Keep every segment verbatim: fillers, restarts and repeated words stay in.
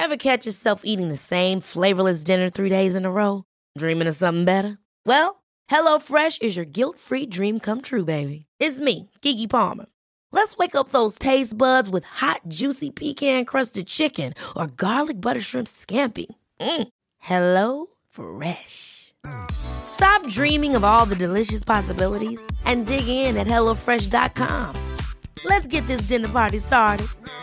Ever catch yourself eating the same flavorless dinner three days in a row? Dreaming of something better? Well, HelloFresh is your guilt-free dream come true, baby. It's me, Keke Palmer. Let's wake up those taste buds with hot, juicy pecan-crusted chicken or garlic butter shrimp scampi. Mm. Hello Fresh. Stop dreaming of all the delicious possibilities and dig in at hello fresh dot com. Let's get this dinner party started.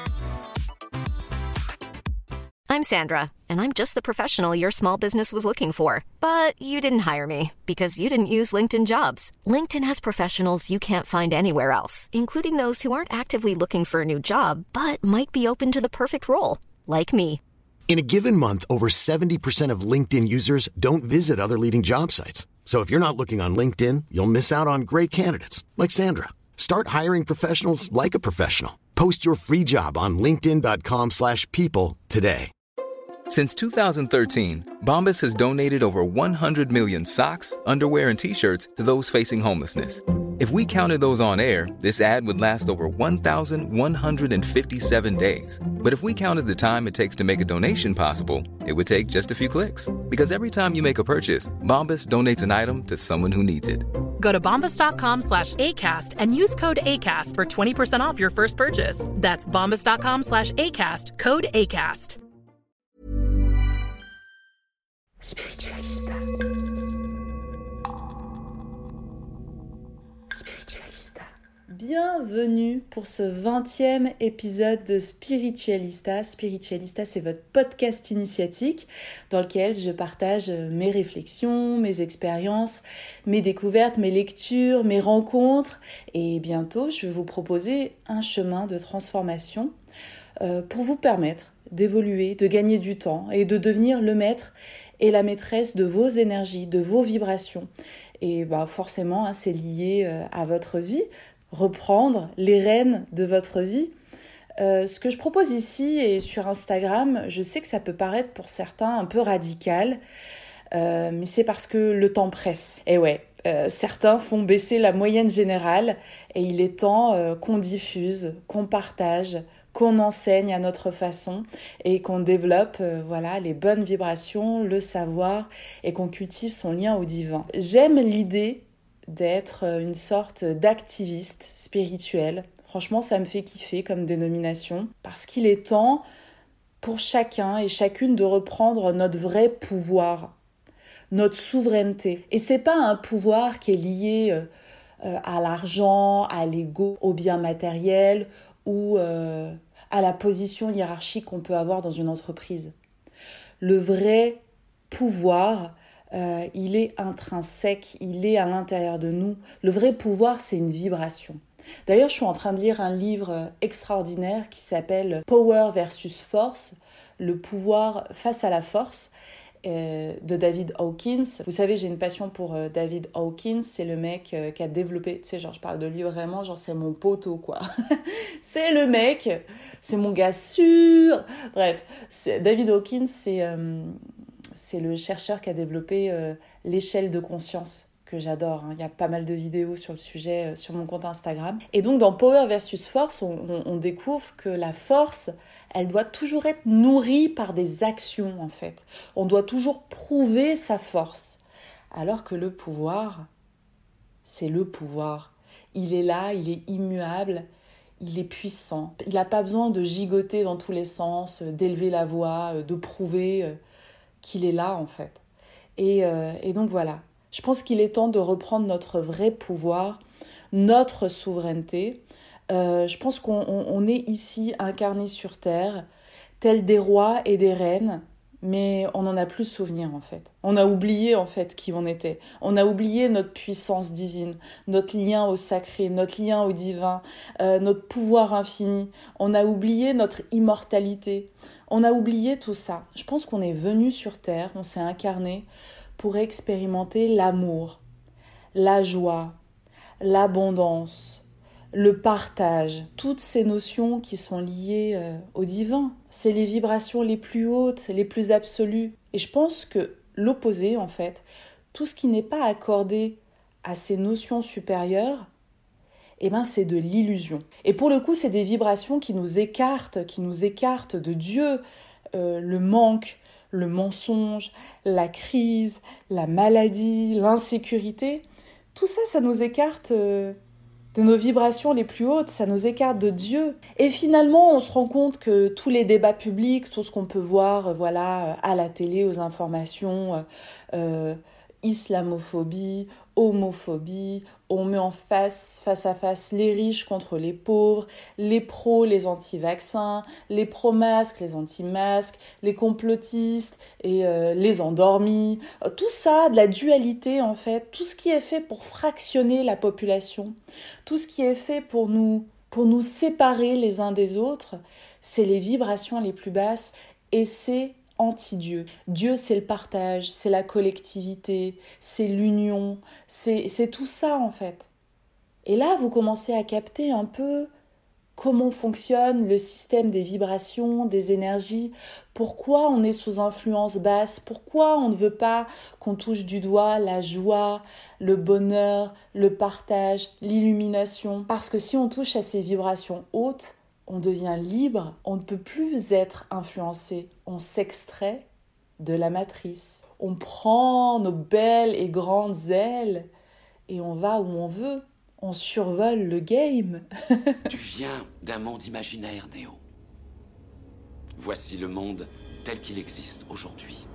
I'm Sandra, and I'm just the professional your small business was looking for. But you didn't hire me because you didn't use LinkedIn Jobs. LinkedIn has professionals you can't find anywhere else, including those who aren't actively looking for a new job, but might be open to the perfect role, like me. In a given month, over seventy percent of LinkedIn users don't visit other leading job sites. So if you're not looking on LinkedIn, you'll miss out on great candidates, like Sandra. Start hiring professionals like a professional. Post your free job on linkedin dot com slash people today. Since two thousand thirteen, Bombas has donated over one hundred million socks, underwear, and T-shirts to those facing homelessness. If we counted those on air, this ad would last over one thousand one hundred fifty-seven days. But if we counted the time it takes to make a donation possible, it would take just a few clicks. Because every time you make a purchase, Bombas donates an item to someone who needs it. Go to bombas.com slash ACAST and use code ACAST for twenty percent off your first purchase. That's bombas.com slash ACAST, code ACAST. Spiritualista. Spiritualista. Bienvenue pour ce vingtième épisode de Spiritualista. Spiritualista, c'est votre podcast initiatique dans lequel je partage mes réflexions, mes expériences, mes découvertes, mes lectures, mes rencontres. Et bientôt, je vais vous proposer un chemin de transformation euh, pour vous permettre d'évoluer, de gagner du temps et de devenir le maître et la maîtresse de vos énergies, de vos vibrations. Et bah forcément, hein, c'est lié euh, à votre vie, reprendre les rênes de votre vie. Euh, ce que je propose ici et sur Instagram, je sais que ça peut paraître pour certains un peu radical, euh, mais c'est parce que le temps presse. Et ouais, euh, certains font baisser la moyenne générale et il est temps euh, qu'on diffuse, qu'on partage, qu'on enseigne à notre façon et qu'on développe euh, voilà, les bonnes vibrations, le savoir et qu'on cultive son lien au divin. J'aime l'idée d'être une sorte d'activiste spirituel. Franchement, ça me fait kiffer comme dénomination parce qu'il est temps pour chacun et chacune de reprendre notre vrai pouvoir, notre souveraineté. Et c'est pas un pouvoir qui est lié euh, euh, à l'argent, à l'ego, aux biens matériels ou euh, à la position hiérarchique qu'on peut avoir dans une entreprise. Le vrai pouvoir, euh, il est intrinsèque, il est à l'intérieur de nous. Le vrai pouvoir, c'est une vibration. D'ailleurs, je suis en train de lire un livre extraordinaire qui s'appelle « Power versus Force », le pouvoir face à la force, de David Hawkins. Vous savez, j'ai une passion pour euh, David Hawkins, c'est le mec euh, qui a développé, tu sais, genre je parle de lui vraiment, genre c'est mon poteau quoi. C'est le mec, c'est mon gars sûr. Bref, c'est, David Hawkins, c'est, euh, c'est le chercheur qui a développé euh, l'échelle de conscience, que j'adore. Hein. Il y a pas mal de vidéos sur le sujet euh, sur mon compte Instagram. Et donc dans Power versus Force, on, on, on découvre que la force, elle doit toujours être nourrie par des actions, en fait. On doit toujours prouver sa force. Alors que le pouvoir, c'est le pouvoir. Il est là, il est immuable, il est puissant. Il n'a pas besoin de gigoter dans tous les sens, d'élever la voix, de prouver qu'il est là, en fait. Et, euh, et donc voilà. Je pense qu'il est temps de reprendre notre vrai pouvoir, notre souveraineté. Euh, je pense qu'on on, on est ici incarnés sur Terre, tels des rois et des reines, mais on n'en a plus souvenir en fait. On a oublié en fait qui on était. On a oublié notre puissance divine, notre lien au sacré, notre lien au divin, euh, notre pouvoir infini. On a oublié notre immortalité. On a oublié tout ça. Je pense qu'on est venu sur Terre, on s'est incarné pour expérimenter l'amour, la joie, l'abondance, le partage, toutes ces notions qui sont liées euh, au divin. C'est les vibrations les plus hautes, les plus absolues. Et je pense que l'opposé, en fait, tout ce qui n'est pas accordé à ces notions supérieures, eh ben, c'est de l'illusion. Et pour le coup, c'est des vibrations qui nous écartent, qui nous écartent de Dieu, euh, le manque, le mensonge, la crise, la maladie, l'insécurité, tout ça, ça nous écarte euh, de nos vibrations les plus hautes, ça nous écarte de Dieu. Et finalement, on se rend compte que tous les débats publics, tout ce qu'on peut voir euh, voilà, à la télé, aux informations, euh, euh, islamophobie, homophobie, on met en face, face à face les riches contre les pauvres, les pros, les anti-vaccins, les pro-masques, les anti-masques, les complotistes et euh, les endormis. Tout ça, de la dualité en fait, tout ce qui est fait pour fractionner la population, tout ce qui est fait pour nous, pour nous séparer les uns des autres, c'est les vibrations les plus basses et c'est anti-Dieu. Dieu, c'est le partage, c'est la collectivité, c'est l'union, c'est, c'est tout ça en fait. Et là, vous commencez à capter un peu comment fonctionne le système des vibrations, des énergies, pourquoi on est sous influence basse, pourquoi on ne veut pas qu'on touche du doigt la joie, le bonheur, le partage, l'illumination. Parce que si on touche à ces vibrations hautes, on devient libre, on ne peut plus être influencé, on s'extrait de la matrice. On prend nos belles et grandes ailes et on va où on veut, on survole le game. Tu viens d'un monde imaginaire, Néo. Voici le monde tel qu'il existe aujourd'hui.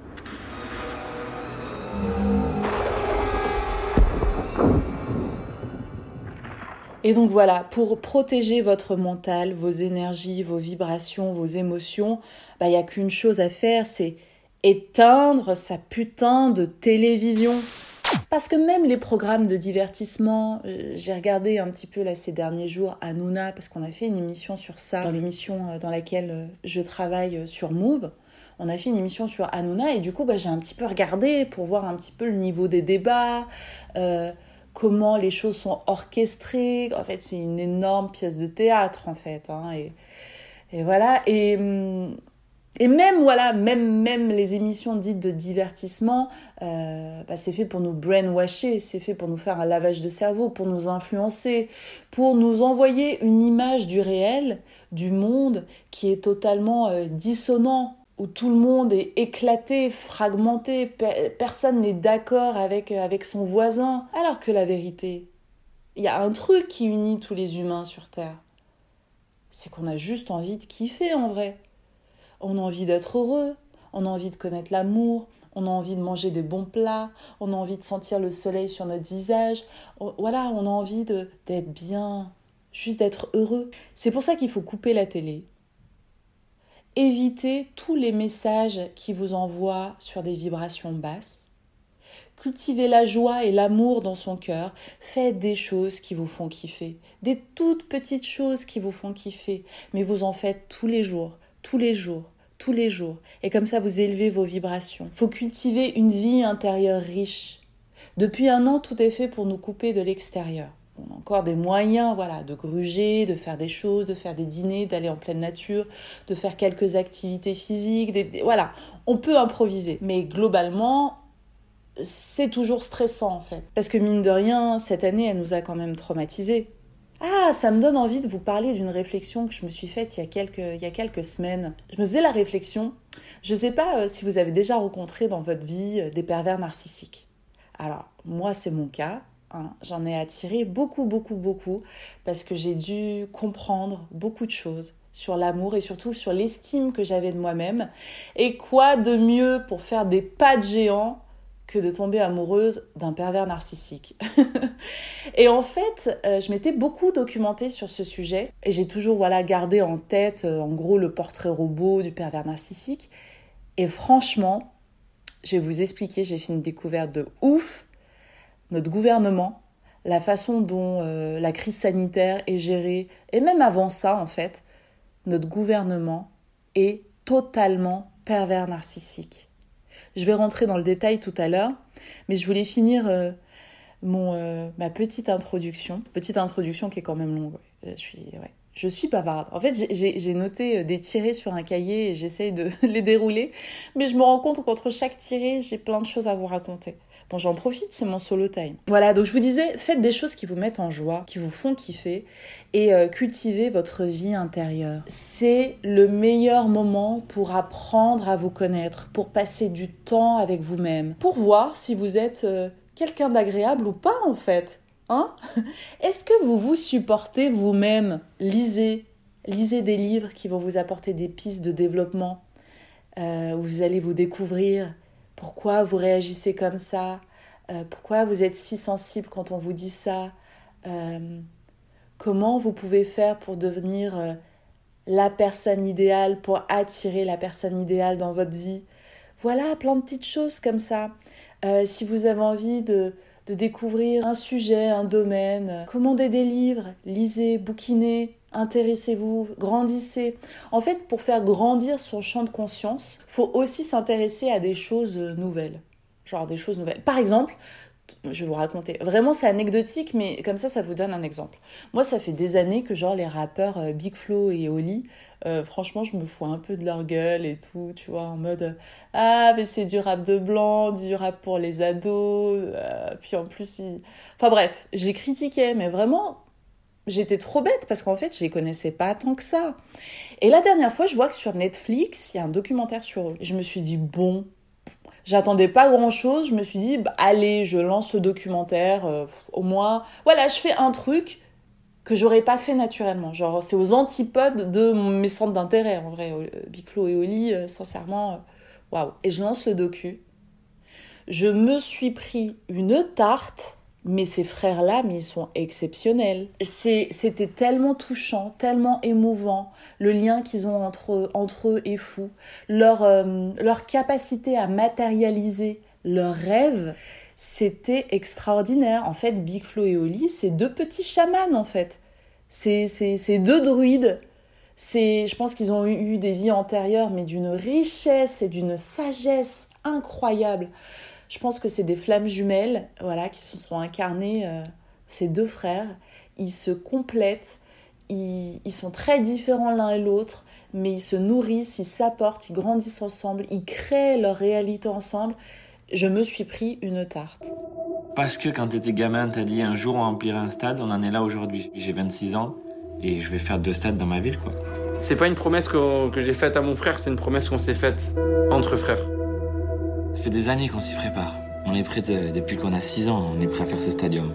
Et donc voilà, pour protéger votre mental, vos énergies, vos vibrations, vos émotions, bah, y a qu'une chose à faire, c'est éteindre sa putain de télévision. Parce que même les programmes de divertissement, euh, j'ai regardé un petit peu là ces derniers jours Hanouna, parce qu'on a fait une émission sur ça, dans l'émission euh, dans laquelle euh, je travaille euh, sur Move. On a fait une émission sur Hanouna et du coup bah, j'ai un petit peu regardé pour voir un petit peu le niveau des débats, euh, comment les choses sont orchestrées. En fait, c'est une énorme pièce de théâtre, en fait. Hein, et, et voilà. Et, et même, voilà, même, même les émissions dites de divertissement, euh, bah, c'est fait pour nous brainwasher, c'est fait pour nous faire un lavage de cerveau, pour nous influencer, pour nous envoyer une image du réel, du monde, qui est totalement euh, dissonant, où tout le monde est éclaté, fragmenté, pe- personne n'est d'accord avec, avec son voisin. Alors que la vérité, il y a un truc qui unit tous les humains sur Terre. C'est qu'on a juste envie de kiffer en vrai. On a envie d'être heureux, on a envie de connaître l'amour, on a envie de manger des bons plats, on a envie de sentir le soleil sur notre visage. On, voilà, on a envie de, d'être bien, juste d'être heureux. C'est pour ça qu'il faut couper la télé. Évitez tous les messages qui vous envoient sur des vibrations basses. Cultivez la joie et l'amour dans son cœur. Faites des choses qui vous font kiffer. Des toutes petites choses qui vous font kiffer. Mais vous en faites tous les jours, tous les jours, tous les jours. Et comme ça, vous élevez vos vibrations. Il faut cultiver une vie intérieure riche. Depuis un an, tout est fait pour nous couper de l'extérieur. On a encore des moyens, voilà, de gruger, de faire des choses, de faire des dîners, d'aller en pleine nature, de faire quelques activités physiques, des, des, voilà, on peut improviser. Mais globalement, c'est toujours stressant en fait. Parce que mine de rien, cette année, elle nous a quand même traumatisés. Ah, ça me donne envie de vous parler d'une réflexion que je me suis faite il y a quelques, il y a quelques semaines. Je me faisais la réflexion, je ne sais pas euh, si vous avez déjà rencontré dans votre vie euh, des pervers narcissiques. Alors, moi, c'est mon cas. Hein, j'en ai attiré beaucoup, beaucoup, beaucoup parce que j'ai dû comprendre beaucoup de choses sur l'amour et surtout sur l'estime que j'avais de moi-même. Et quoi de mieux pour faire des pas de géant que de tomber amoureuse d'un pervers narcissique. Et en fait, euh, je m'étais beaucoup documentée sur ce sujet et j'ai toujours voilà, gardé en tête, euh, en gros, le portrait robot du pervers narcissique. Et franchement, je vais vous expliquer, j'ai fait une découverte de ouf. Notre gouvernement, la façon dont euh, la crise sanitaire est gérée, et même avant ça, en fait, notre gouvernement est totalement pervers narcissique. Je vais rentrer dans le détail tout à l'heure, mais je voulais finir euh, mon, euh, ma petite introduction, petite introduction qui est quand même longue. Ouais. Je suis, ouais. Je suis bavarde. En fait, j'ai, j'ai noté des tirés sur un cahier et j'essaye de les dérouler, mais je me rends compte qu'entre chaque tiré, j'ai plein de choses à vous raconter. Bon, j'en profite, c'est mon solo time. Voilà, donc je vous disais, faites des choses qui vous mettent en joie, qui vous font kiffer, et euh, cultivez votre vie intérieure. C'est le meilleur moment pour apprendre à vous connaître, pour passer du temps avec vous-même, pour voir si vous êtes euh, quelqu'un d'agréable ou pas, en fait. Hein ? Est-ce que vous vous supportez vous-même ? Lisez, lisez des livres qui vont vous apporter des pistes de développement, euh, où vous allez vous découvrir. Pourquoi vous réagissez comme ça ? euh, Pourquoi vous êtes si sensible quand on vous dit ça ? euh, Comment vous pouvez faire pour devenir euh, la personne idéale, pour attirer la personne idéale dans votre vie ? Voilà, plein de petites choses comme ça. Euh, si vous avez envie de, de découvrir un sujet, un domaine, euh, commandez des livres, lisez, bouquinez, intéressez-vous, grandissez. En fait, pour faire grandir son champ de conscience, il faut aussi s'intéresser à des choses nouvelles. Genre des choses nouvelles. Par exemple, je vais vous raconter. Vraiment, c'est anecdotique, mais comme ça, ça vous donne un exemple. Moi, ça fait des années que genre les rappeurs euh, Big Flo et Oli, euh, franchement, je me fous un peu de leur gueule et tout, tu vois, en mode euh, ah, mais c'est du rap de blanc, du rap pour les ados. Euh, puis en plus, ils... enfin bref, j'ai critiqué, mais vraiment... J'étais trop bête parce qu'en fait, je les connaissais pas tant que ça. Et la dernière fois, je vois que sur Netflix, il y a un documentaire sur eux. Je me suis dit, bon, j'attendais pas grand-chose. Je me suis dit, bah, allez, je lance le documentaire. Euh, au moins, voilà, je fais un truc que j'aurais pas fait naturellement. Genre, c'est aux antipodes de mes centres d'intérêt, en vrai. Big Flo et Oli, euh, sincèrement, waouh. Wow. Et je lance le docu. Je me suis pris une tarte... Mais ces frères-là, mais ils sont exceptionnels. C'est, c'était tellement touchant, tellement émouvant. Le lien qu'ils ont entre, entre eux est fou. Leur, euh, leur capacité à matérialiser leurs rêves, c'était extraordinaire. En fait, Big Flo et Oli, c'est deux petits chamans, en fait. C'est, c'est, c'est deux druides. C'est, je pense qu'ils ont eu des vies antérieures, mais d'une richesse et d'une sagesse incroyable. Je pense que c'est des flammes jumelles, voilà, qui se seront incarnées, euh, ces deux frères. Ils se complètent, ils, ils sont très différents l'un et l'autre, mais ils se nourrissent, ils s'apportent, ils grandissent ensemble, ils créent leur réalité ensemble. Je me suis pris une tarte. Parce que quand t'étais gamin, t'as dit un jour on remplira un stade, on en est là aujourd'hui. J'ai vingt-six ans et je vais faire deux stades dans ma ville, quoi. C'est pas une promesse que, que j'ai faite à mon frère, c'est une promesse qu'on s'est faite entre frères. Ça fait des années qu'on s'y prépare. On est prêt de, depuis qu'on a six ans, on est prêt à faire ce stadium.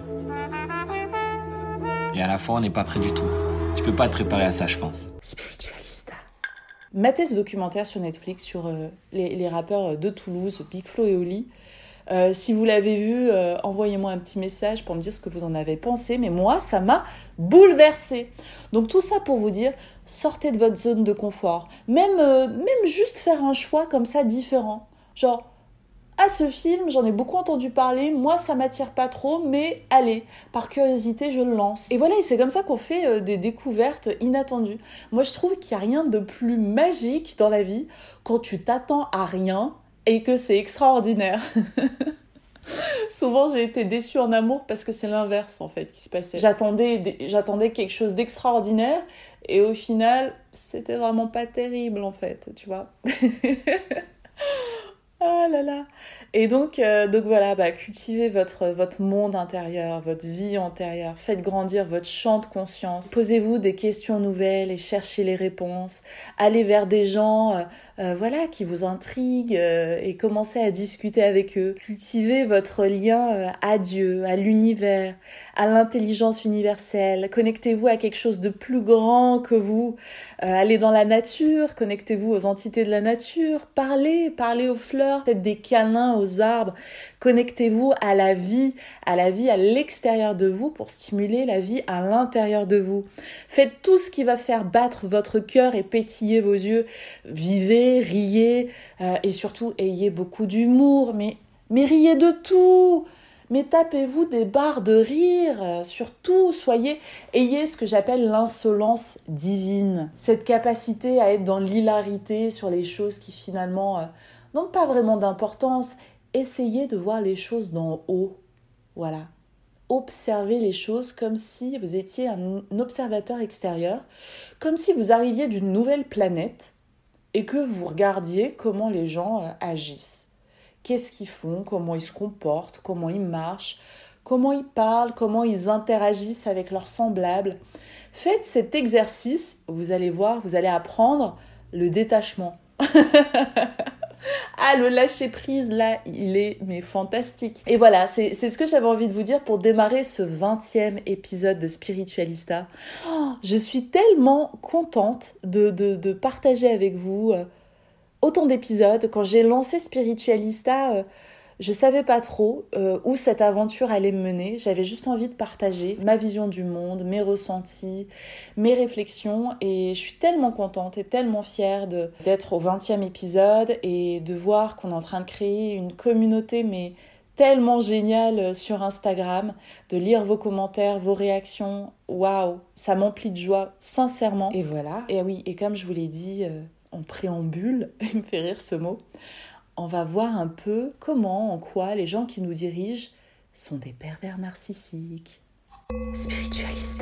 Et à la fois, on n'est pas prêt du tout. Tu peux pas te préparer à ça, je pense. Spiritualista. Matez ce documentaire sur Netflix sur euh, les, les rappeurs de Toulouse, Big Flo et Oli. Euh, si vous l'avez vu, euh, envoyez-moi un petit message pour me dire ce que vous en avez pensé. Mais moi, ça m'a bouleversée. Donc tout ça pour vous dire, sortez de votre zone de confort. Même, euh, même juste faire un choix comme ça différent. Genre... Ah, ce film, j'en ai beaucoup entendu parler, moi ça m'attire pas trop, mais allez, par curiosité, je le lance. Et voilà, et c'est comme ça qu'on fait euh, des découvertes inattendues. Moi, je trouve qu'il n'y a rien de plus magique dans la vie quand tu t'attends à rien et que c'est extraordinaire. Souvent, j'ai été déçue en amour parce que c'est l'inverse, en fait, qui se passait. J'attendais, j'attendais quelque chose d'extraordinaire et au final, c'était vraiment pas terrible, en fait, tu vois. Ah là là. Et donc, euh, donc voilà, bah, cultivez votre, votre monde intérieur, votre vie intérieure. Faites grandir votre champ de conscience. Posez-vous des questions nouvelles et cherchez les réponses. Allez vers des gens euh, euh, voilà, qui vous intriguent euh, et commencez à discuter avec eux. Cultivez votre lien euh, à Dieu, à l'univers, à l'intelligence universelle. Connectez-vous à quelque chose de plus grand que vous. Euh, allez dans la nature, connectez-vous aux entités de la nature. Parlez, parlez aux fleurs, faites des câlins aux arbres. Connectez-vous à la vie, à la vie à l'extérieur de vous pour stimuler la vie à l'intérieur de vous. Faites tout ce qui va faire battre votre cœur et pétiller vos yeux. Vivez, riez euh, et surtout ayez beaucoup d'humour. Mais, mais riez de tout. Mais tapez-vous des barres de rire, surtout soyez, ayez ce que j'appelle l'insolence divine, cette capacité à être dans l'hilarité sur les choses qui finalement euh, n'ont pas vraiment d'importance. Essayez de voir les choses d'en haut, voilà. Observez les choses comme si vous étiez un observateur extérieur, comme si vous arriviez d'une nouvelle planète et que vous regardiez comment les gens euh, agissent. qu'est-ce qu'ils font, comment ils se comportent, comment ils marchent, comment ils parlent, comment ils interagissent avec leurs semblables. Faites cet exercice, vous allez voir, vous allez apprendre le détachement. Ah, le lâcher-prise, là, il est mais fantastique. Et voilà, c'est, c'est ce que j'avais envie de vous dire pour démarrer ce vingtième épisode de Spiritualista. Oh, je suis tellement contente de, de, de partager avec vous euh, autant d'épisodes. Quand j'ai lancé Spiritualista, euh, je savais pas trop euh, où cette aventure allait me mener. J'avais juste envie de partager ma vision du monde, mes ressentis, mes réflexions. Et je suis tellement contente et tellement fière de, d'être au vingtième épisode et de voir qu'on est en train de créer une communauté mais tellement géniale sur Instagram, de lire vos commentaires, vos réactions. Waouh, ça m'emplit de joie, sincèrement. Et voilà. Et oui, et comme je vous l'ai dit euh, en préambule, il me fait rire ce mot, on va voir un peu comment, en quoi les gens qui nous dirigent sont des pervers narcissiques. Spiritualista.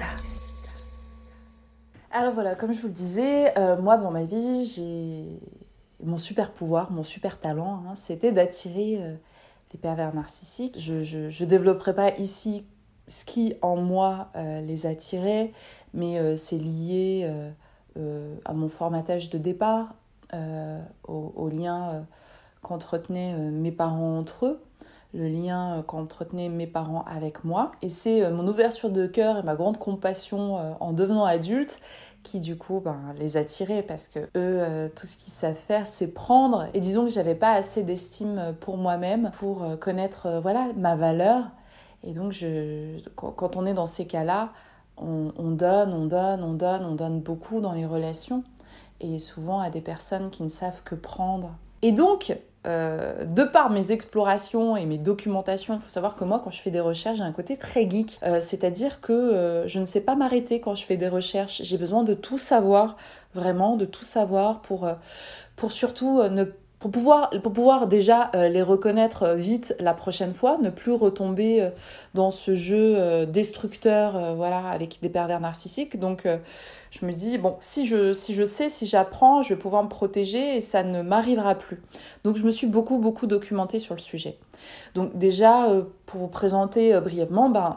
Alors voilà, comme je vous le disais, euh, moi dans ma vie, j'ai mon super pouvoir, mon super talent, hein, c'était d'attirer euh, les pervers narcissiques. Je ne développerai pas ici ce qui en moi euh, les attirait, mais euh, c'est lié euh, euh, à mon formatage de départ, euh, au, au lien... Euh, qu'entretenaient mes parents entre eux, le lien qu'entretenaient mes parents avec moi. Et c'est mon ouverture de cœur et ma grande compassion en devenant adulte qui du coup ben, les attirait parce que eux, tout ce qu'ils savent faire, c'est prendre. Et disons que j'avais pas assez d'estime pour moi-même pour connaître voilà, ma valeur. Et donc je, quand on est dans ces cas-là, on, on donne, on donne, on donne, on donne beaucoup dans les relations. Et souvent à des personnes qui ne savent que prendre. Et donc, euh, de par mes explorations et mes documentations, il faut savoir que moi, quand je fais des recherches, j'ai un côté très geek. Euh, c'est-à-dire que euh, je ne sais pas m'arrêter quand je fais des recherches. J'ai besoin de tout savoir, vraiment, de tout savoir pour, euh, pour surtout euh, ne Pour pouvoir, pour pouvoir déjà euh, les reconnaître vite la prochaine fois, ne plus retomber euh, dans ce jeu euh, destructeur euh, voilà, avec des pervers narcissiques. Donc euh, je me dis, bon, si je, si je sais, si j'apprends, je vais pouvoir me protéger et ça ne m'arrivera plus. Donc je me suis beaucoup, beaucoup documentée sur le sujet. Donc déjà, euh, pour vous présenter euh, brièvement, ben,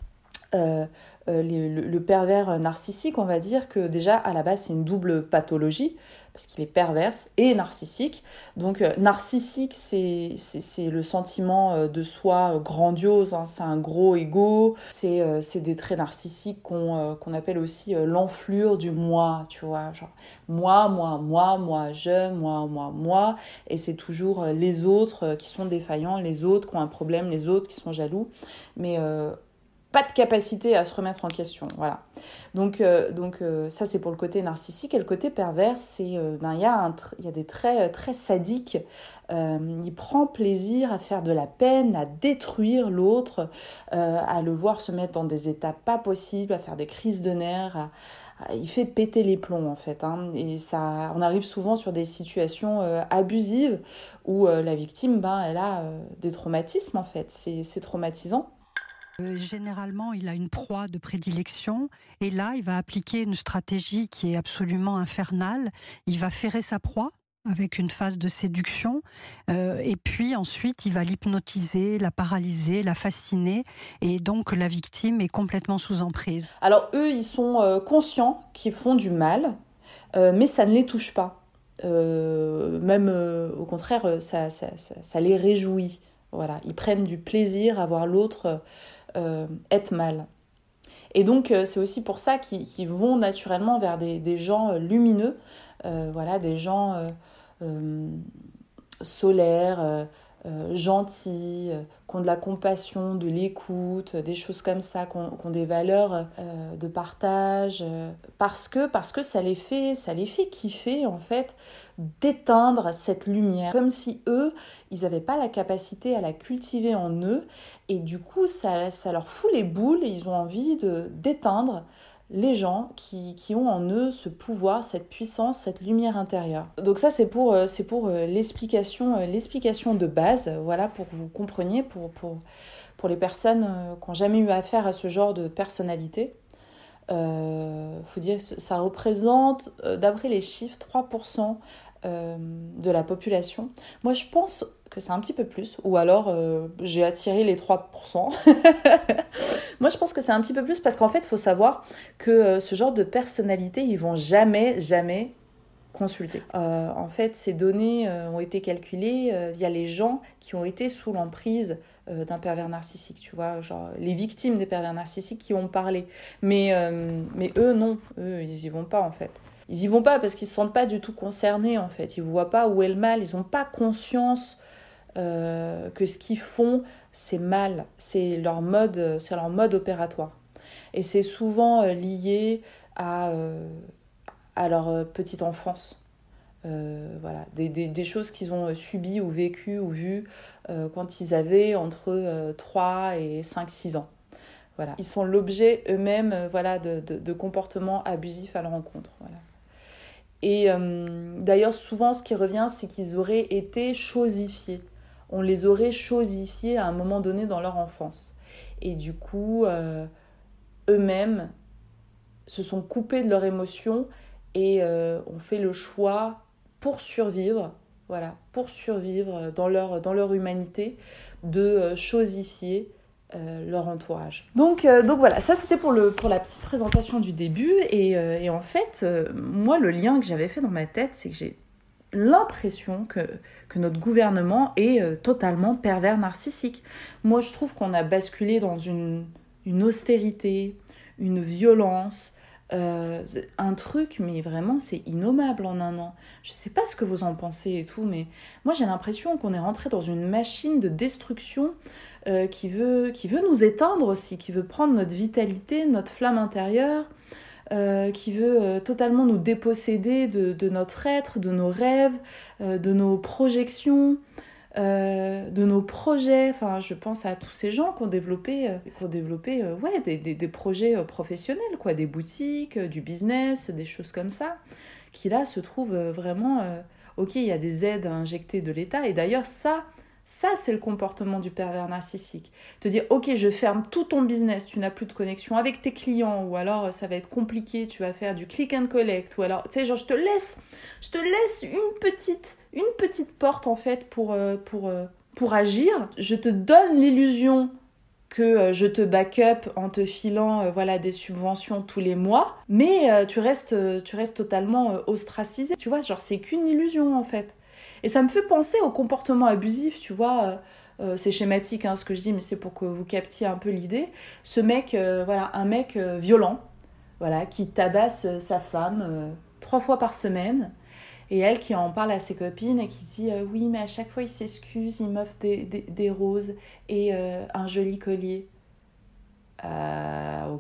euh, euh, les, le, le pervers narcissique, on va dire que déjà, à la base, c'est une double pathologie. Parce qu'il est perverse et narcissique. Donc euh, narcissique, c'est, c'est, c'est le sentiment euh, de soi euh, grandiose, hein, c'est un gros ego, c'est, euh, c'est des traits narcissiques qu'on, euh, qu'on appelle aussi euh, l'enflure du moi, tu vois, genre moi, moi, moi, moi, je, moi, moi, moi, et c'est toujours euh, les autres euh, qui sont défaillants, les autres qui ont un problème, les autres qui sont jaloux, mais... Euh, pas de capacité à se remettre en question, voilà. Donc, euh, donc euh, ça c'est pour le côté narcissique. Et le côté pervers, c'est euh, ben il y a un tr- il y a des traits très sadiques. Euh, il prend plaisir à faire de la peine, à détruire l'autre, euh, à le voir se mettre dans des états pas possibles, à faire des crises de nerfs. À, à, il fait péter les plombs en fait. Hein, et ça, on arrive souvent sur des situations euh, abusives où euh, la victime, ben elle a euh, des traumatismes en fait. C'est, c'est traumatisant. Euh, généralement, il a une proie de prédilection et là, il va appliquer une stratégie qui est absolument infernale. Il va ferrer sa proie avec une phase de séduction euh, et puis ensuite, il va l'hypnotiser, la paralyser, la fasciner et donc la victime est complètement sous emprise. Alors eux, ils sont euh, conscients qu'ils font du mal, euh, mais ça ne les touche pas. Euh, même euh, au contraire, ça, ça, ça, ça les réjouit. Voilà, ils prennent du plaisir à voir l'autre euh, être mal. Et donc, euh, c'est aussi pour ça qu'ils, qu'ils vont naturellement vers des, des gens lumineux, euh, voilà, des gens euh, euh, solaires, euh, euh, gentils, euh, qui ont de la compassion, de l'écoute, des choses comme ça, qui ont, qui ont des valeurs euh, de partage, euh, parce que, parce que ça les fait, ça les fait kiffer, en fait, d'éteindre cette lumière, comme si eux, ils n'avaient pas la capacité à la cultiver en eux, et du coup, ça, ça leur fout les boules, et ils ont envie de, d'éteindre les gens qui, qui ont en eux ce pouvoir, cette puissance, cette lumière intérieure. Donc ça, c'est pour, c'est pour l'explication, l'explication de base, voilà, pour que vous compreniez, pour, pour, pour les personnes qui n'ont jamais eu affaire à ce genre de personnalité. Euh, faut dire que ça représente, d'après les chiffres, trois pour cent euh, de la population. Moi, je pense que c'est un petit peu plus, ou alors euh, j'ai attiré les trois pour cent. Moi, je pense que c'est un petit peu plus parce qu'en fait, il faut savoir que euh, ce genre de personnalité, ils vont jamais, jamais consulter. Euh, en fait, ces données euh, ont été calculées euh, via les gens qui ont été sous l'emprise euh, d'un pervers narcissique, tu vois, genre les victimes des pervers narcissiques qui ont parlé. Mais, euh, mais eux, non, eux, ils y vont pas en fait. Ils y vont pas parce qu'ils se sentent pas du tout concernés en fait. Ils voient pas où est le mal, ils ont pas conscience euh, que ce qu'ils font, c'est mal, c'est leur mode, c'est leur mode opératoire. Et c'est souvent euh, lié à... Euh, à leur petite enfance. Euh, voilà, des, des, des choses qu'ils ont subies ou vécues ou vues euh, quand ils avaient entre euh, trois et cinq six ans. Voilà. Ils sont l'objet eux-mêmes euh, voilà, de, de, de comportements abusifs à leur encontre. Voilà. Et euh, d'ailleurs, souvent, ce qui revient, c'est qu'ils auraient été chosifiés. On les aurait chosifiés à un moment donné dans leur enfance. Et du coup, euh, eux-mêmes se sont coupés de leurs émotions et euh, ont fait le choix pour survivre, voilà, pour survivre dans leur, dans leur humanité, de euh, chosifier euh, leur entourage. Donc, euh, donc voilà, ça c'était pour, le, pour la petite présentation du début. Et, euh, et en fait, euh, moi, le lien que j'avais fait dans ma tête, c'est que j'ai l'impression que, que notre gouvernement est euh, totalement pervers narcissique. Moi, je trouve qu'on a basculé dans une, une austérité, une violence, Euh, un truc, mais vraiment c'est innommable en un an. Je sais pas ce que vous en pensez et tout, mais moi j'ai l'impression qu'on est rentré dans une machine de destruction euh, qui veut, qui veut nous éteindre aussi, qui veut prendre notre vitalité, notre flamme intérieure, euh, qui veut euh, totalement nous déposséder de, de notre être, de nos rêves, euh, de nos projections, Euh, de nos projets. Enfin, je pense à tous ces gens qui ont développé, euh, qui ont développé euh, ouais, des, des, des projets euh, professionnels, quoi, des boutiques, euh, du business, des choses comme ça, qui là se trouvent euh, vraiment... Euh, ok, il y a des aides à injecter de l'État, et d'ailleurs ça, ça c'est le comportement du pervers narcissique. Te dire, ok, je ferme tout ton business, tu n'as plus de connexion avec tes clients, ou alors ça va être compliqué, tu vas faire du click and collect, ou alors, tu sais, genre, je te laisse, je te laisse une petite... une petite porte en fait pour, euh, pour, euh, pour agir. Je te donne l'illusion que euh, je te back up en te filant euh, voilà, des subventions tous les mois, mais euh, tu, restes, euh, tu restes totalement euh, ostracisé. Tu vois, genre c'est qu'une illusion en fait. Et ça me fait penser au comportement abusif, tu vois. Euh, euh, c'est schématique hein, ce que je dis, mais c'est pour que vous captiez un peu l'idée. Ce mec, euh, voilà, un mec euh, violent, voilà, qui tabasse euh, sa femme euh, trois fois par semaine. Et elle qui en parle à ses copines et qui dit euh, « Oui, mais à chaque fois, il s'excuse, il m'offre des, des, des roses et euh, un joli collier. Euh, »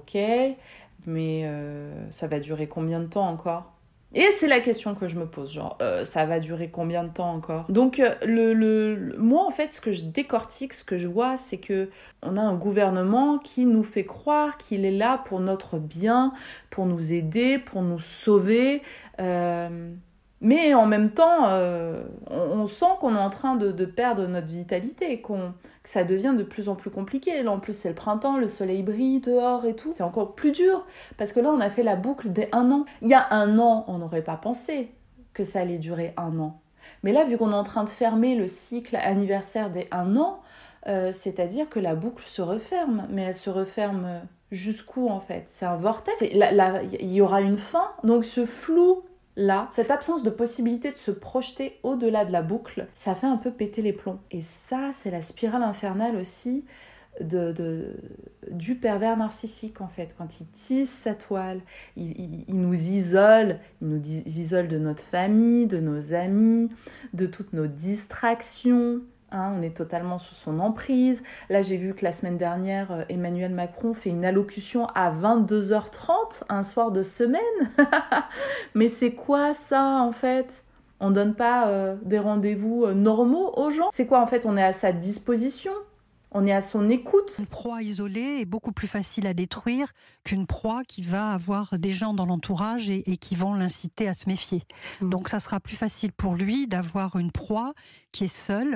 Ok, mais euh, ça va durer combien de temps encore ? Et c'est la question que je me pose, genre, euh, ça va durer combien de temps encore ? Donc, euh, le, le, le, moi, en fait, ce que je décortique, ce que je vois, c'est que on a un gouvernement qui nous fait croire qu'il est là pour notre bien, pour nous aider, pour nous sauver, euh, mais en même temps, euh, on, on sent qu'on est en train de, de perdre notre vitalité, qu'on, que ça devient de plus en plus compliqué. Là, en plus, c'est le printemps, le soleil brille dehors et tout. C'est encore plus dur, parce que là, on a fait la boucle des un an. Il y a un an, on n'aurait pas pensé que ça allait durer un an. Mais là, vu qu'on est en train de fermer le cycle anniversaire des un an, euh, c'est-à-dire que la boucle se referme. Mais elle se referme jusqu'où, en fait ? C'est un vortex. C'est, là, là, il y aura une fin, donc ce flou... Là, cette absence de possibilité de se projeter au-delà de la boucle, ça fait un peu péter les plombs. Et ça, c'est la spirale infernale aussi de, de, du pervers narcissique, en fait. Quand il tisse sa toile, il, il, il nous isole, il nous dis, isole de notre famille, de nos amis, de toutes nos distractions. Hein, on est totalement sous son emprise. Là, j'ai vu que la semaine dernière, Emmanuel Macron fait une allocution à vingt-deux heures trente, un soir de semaine. Mais c'est quoi ça, en fait ? On donne pas euh, des rendez-vous euh, normaux aux gens ? C'est quoi, en fait ? On est à sa disposition ? On est à son écoute. Une proie isolée est beaucoup plus facile à détruire qu'une proie qui va avoir des gens dans l'entourage et, et qui vont l'inciter à se méfier. Mmh. Donc ça sera plus facile pour lui d'avoir une proie qui est seule,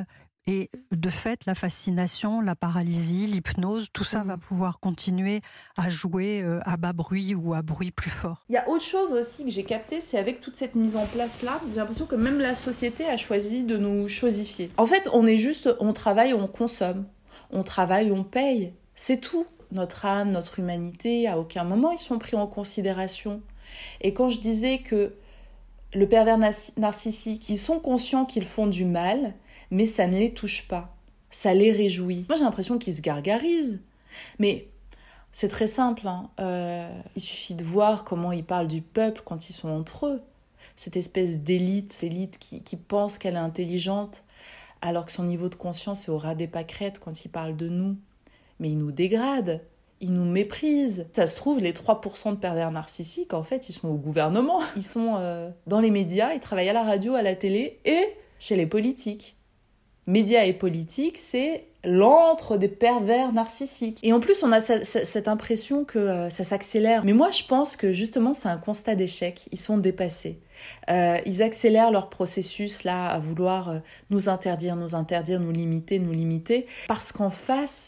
Et de fait, la fascination, la paralysie, l'hypnose, tout ça mmh. va pouvoir continuer à jouer à bas bruit ou à bruit plus fort. Il y a autre chose aussi que j'ai capté, c'est avec toute cette mise en place-là, j'ai l'impression que même la société a choisi de nous chosifier. En fait, on est juste, on travaille, on consomme. On travaille, on paye. C'est tout. Notre âme, notre humanité, à aucun moment ils sont pris en considération. Et quand je disais que le pervers narcissique, ils sont conscients qu'ils font du mal, mais ça ne les touche pas. Ça les réjouit. Moi, j'ai l'impression qu'ils se gargarisent. Mais c'est très simple. Hein. Euh, il suffit de voir comment ils parlent du peuple quand ils sont entre eux. Cette espèce d'élite, élite qui, qui pense qu'elle est intelligente, alors que son niveau de conscience est au ras des pâquerettes quand ils parlent de nous. Mais ils nous dégradent. Ils nous méprisent. Ça se trouve, les trois pour cent de pervers narcissiques, en fait, ils sont au gouvernement. Ils sont euh, dans les médias, ils travaillent à la radio, à la télé et chez les politiques. Médias et politique, c'est l'antre des pervers narcissiques. Et en plus, on a sa, sa, cette impression que euh, ça s'accélère. Mais moi, je pense que justement, c'est un constat d'échec. Ils sont dépassés. Euh, ils accélèrent leur processus là à vouloir euh, nous interdire, nous interdire, nous limiter, nous limiter. Parce qu'en face,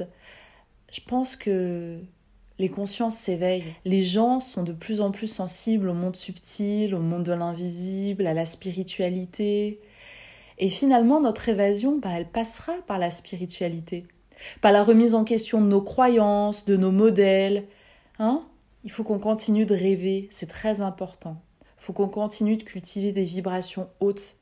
je pense que les consciences s'éveillent. Les gens sont de plus en plus sensibles au monde subtil, au monde de l'invisible, à la spiritualité. Et finalement, notre évasion, bah, elle passera par la spiritualité, par la remise en question de nos croyances, de nos modèles. Hein ? Il faut qu'on continue de rêver, c'est très important. Il faut qu'on continue de cultiver des vibrations hautes.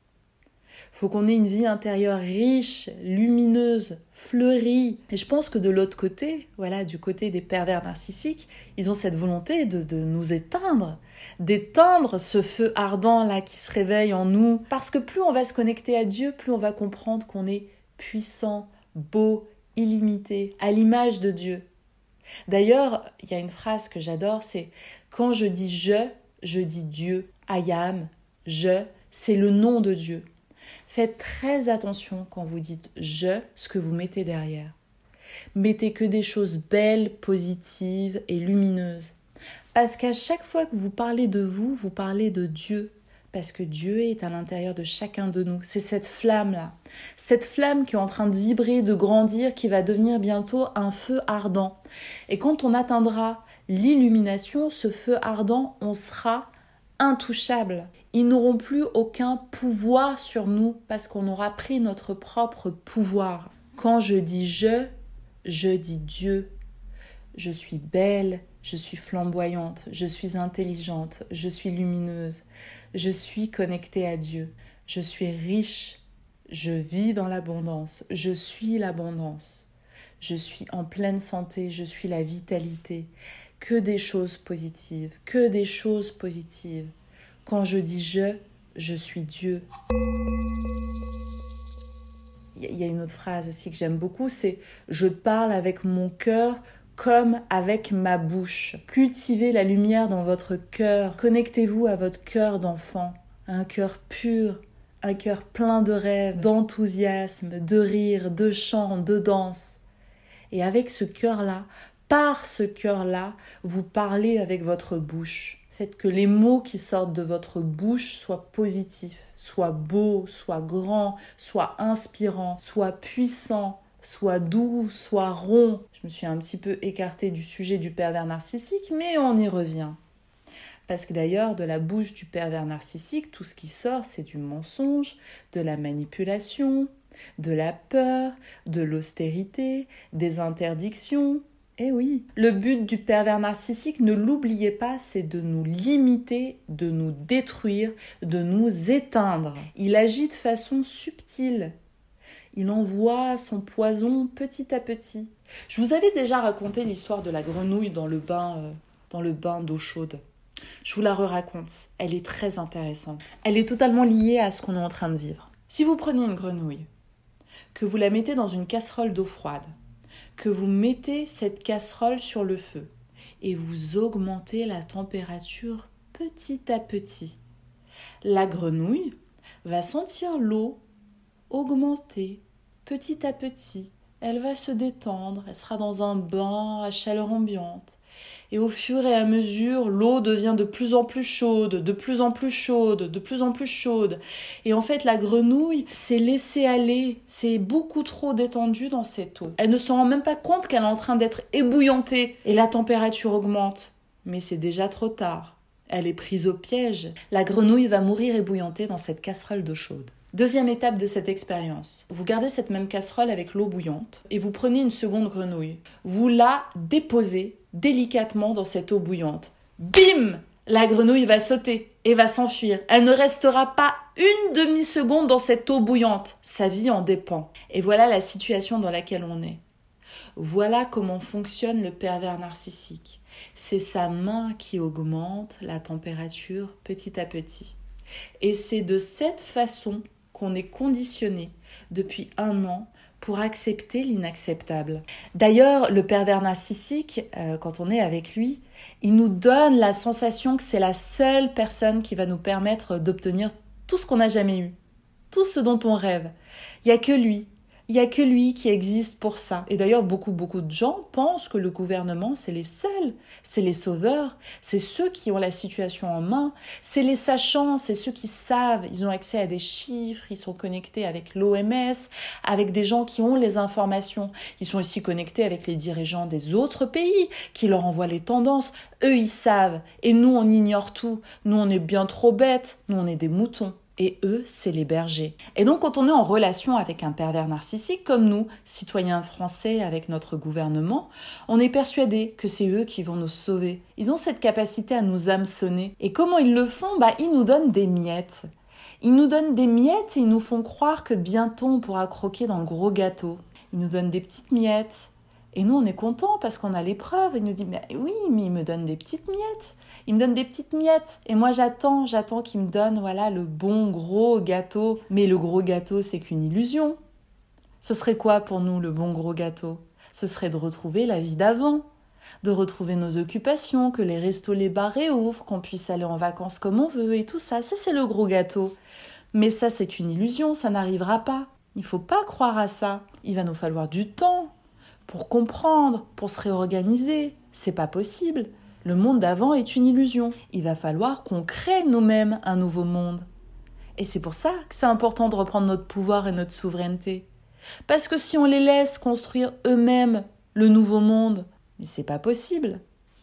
Il faut qu'on ait une vie intérieure riche, lumineuse, fleurie. Et je pense que de l'autre côté, voilà, du côté des pervers narcissiques, ils ont cette volonté de, de nous éteindre, d'éteindre ce feu ardent-là qui se réveille en nous. Parce que plus on va se connecter à Dieu, plus on va comprendre qu'on est puissant, beau, illimité, à l'image de Dieu. D'ailleurs, il y a une phrase que j'adore, c'est « Quand je dis « je », je dis « Dieu ». I am, je, c'est le nom de Dieu. Faites très attention quand vous dites « je », ce que vous mettez derrière. Mettez que des choses belles, positives et lumineuses. Parce qu'à chaque fois que vous parlez de vous, vous parlez de Dieu. Parce que Dieu est à l'intérieur de chacun de nous. C'est cette flamme-là. Cette flamme qui est en train de vibrer, de grandir, qui va devenir bientôt un feu ardent. Et quand on atteindra l'illumination, ce feu ardent, on sera intouchables. Ils n'auront plus aucun pouvoir sur nous parce qu'on aura pris notre propre pouvoir. Quand je dis je, je dis Dieu. Je suis belle, je suis flamboyante, je suis intelligente, je suis lumineuse, je suis connectée à Dieu, je suis riche, je vis dans l'abondance, je suis l'abondance, je suis en pleine santé, je suis la vitalité. Que des choses positives, que des choses positives. Quand je dis je, je suis Dieu. Il y a une autre phrase aussi que j'aime beaucoup, c'est « Je parle avec mon cœur comme avec ma bouche ». Cultivez la lumière dans votre cœur. Connectez-vous à votre cœur d'enfant, un cœur pur, un cœur plein de rêves, d'enthousiasme, de rire, de chant, de danse. Et avec ce cœur-là, par ce cœur-là, vous parlez avec votre bouche. Faites que les mots qui sortent de votre bouche soient positifs, soient beaux, soient grands, soient inspirants, soient puissants, soient doux, soient ronds. Je me suis un petit peu écartée du sujet du pervers narcissique, mais on y revient. Parce que d'ailleurs, de la bouche du pervers narcissique, tout ce qui sort, c'est du mensonge, de la manipulation, de la peur, de l'austérité, des interdictions. Eh oui, le but du pervers narcissique, ne l'oubliez pas, c'est de nous limiter, de nous détruire, de nous éteindre. Il agit de façon subtile. Il envoie son poison petit à petit. Je vous avais déjà raconté l'histoire de la grenouille dans le bain, euh, dans le bain d'eau chaude. Je vous la re-raconte. Elle est très intéressante. Elle est totalement liée à ce qu'on est en train de vivre. Si vous prenez une grenouille, que vous la mettez dans une casserole d'eau froide, que vous mettez cette casserole sur le feu et vous augmentez la température petit à petit. La grenouille va sentir l'eau augmenter petit à petit. elle va se détendre, elle sera dans un bain à chaleur ambiante. Et au fur et à mesure, l'eau devient de plus en plus chaude, de plus en plus chaude, de plus en plus chaude. Et en fait, la grenouille s'est laissée aller, s'est beaucoup trop détendue dans cette eau. Elle ne se rend même pas compte qu'elle est en train d'être ébouillantée et la température augmente. Mais c'est déjà trop tard. Elle est prise au piège. La grenouille va mourir ébouillantée dans cette casserole d'eau chaude. Deuxième étape de cette expérience. Vous gardez cette même casserole avec l'eau bouillante et vous prenez une seconde grenouille. Vous la déposez délicatement dans cette eau bouillante. Bim! La grenouille va sauter et va s'enfuir. Elle ne restera pas une demi-seconde dans cette eau bouillante. Sa vie en dépend. Et voilà la situation dans laquelle on est. Voilà comment fonctionne le pervers narcissique. C'est sa main qui augmente la température petit à petit. Et c'est de cette façon qu'on est conditionné depuis un an pour accepter l'inacceptable. D'ailleurs, le pervers narcissique, euh, quand on est avec lui, il nous donne la sensation que c'est la seule personne qui va nous permettre d'obtenir tout ce qu'on n'a jamais eu, tout ce dont on rêve. Il n'y a que lui. Il n'y a que lui qui existe pour ça. Et d'ailleurs, beaucoup, beaucoup de gens pensent que le gouvernement, c'est les seuls, c'est les sauveurs, c'est ceux qui ont la situation en main, c'est les sachants, c'est ceux qui savent, ils ont accès à des chiffres, ils sont connectés avec l'O M S, avec des gens qui ont les informations. Ils sont aussi connectés avec les dirigeants des autres pays qui leur envoient les tendances. Eux, ils savent. Et nous, on ignore tout. Nous, on est bien trop bêtes. Nous, on est des moutons. Et eux, c'est les bergers. Et donc, quand on est en relation avec un pervers narcissique, comme nous, citoyens français avec notre gouvernement, on est persuadé que c'est eux qui vont nous sauver. Ils ont cette capacité à nous hameçonner. Et comment ils le font ? Bah, ils nous donnent des miettes. Ils nous donnent des miettes et ils nous font croire que bientôt on pourra croquer dans le gros gâteau. Ils nous donnent des petites miettes. Et nous, on est contents parce qu'on a les preuves. Ils nous disent, mais oui, mais ils me donnent des petites miettes. Ils me donnent des petites miettes. Et moi, j'attends, j'attends qu'ils me donnent, voilà, le bon gros gâteau. Mais le gros gâteau, c'est qu'une illusion. Ce serait quoi pour nous, le bon gros gâteau ? Ce serait de retrouver la vie d'avant, de retrouver nos occupations, que les restos, les bars réouvrent, qu'on puisse aller en vacances comme on veut et tout ça. Ça, c'est le gros gâteau. Mais ça, c'est une illusion, ça n'arrivera pas. Il ne faut pas croire à ça. Il va nous falloir du temps pour comprendre, pour se réorganiser. C'est pas possible. Le monde d'avant est une illusion. Il va falloir qu'on crée nous-mêmes un nouveau monde. Et c'est pour ça que c'est important de reprendre notre pouvoir et notre souveraineté. Parce que si on les laisse construire eux-mêmes le nouveau monde, mais c'est pas possible.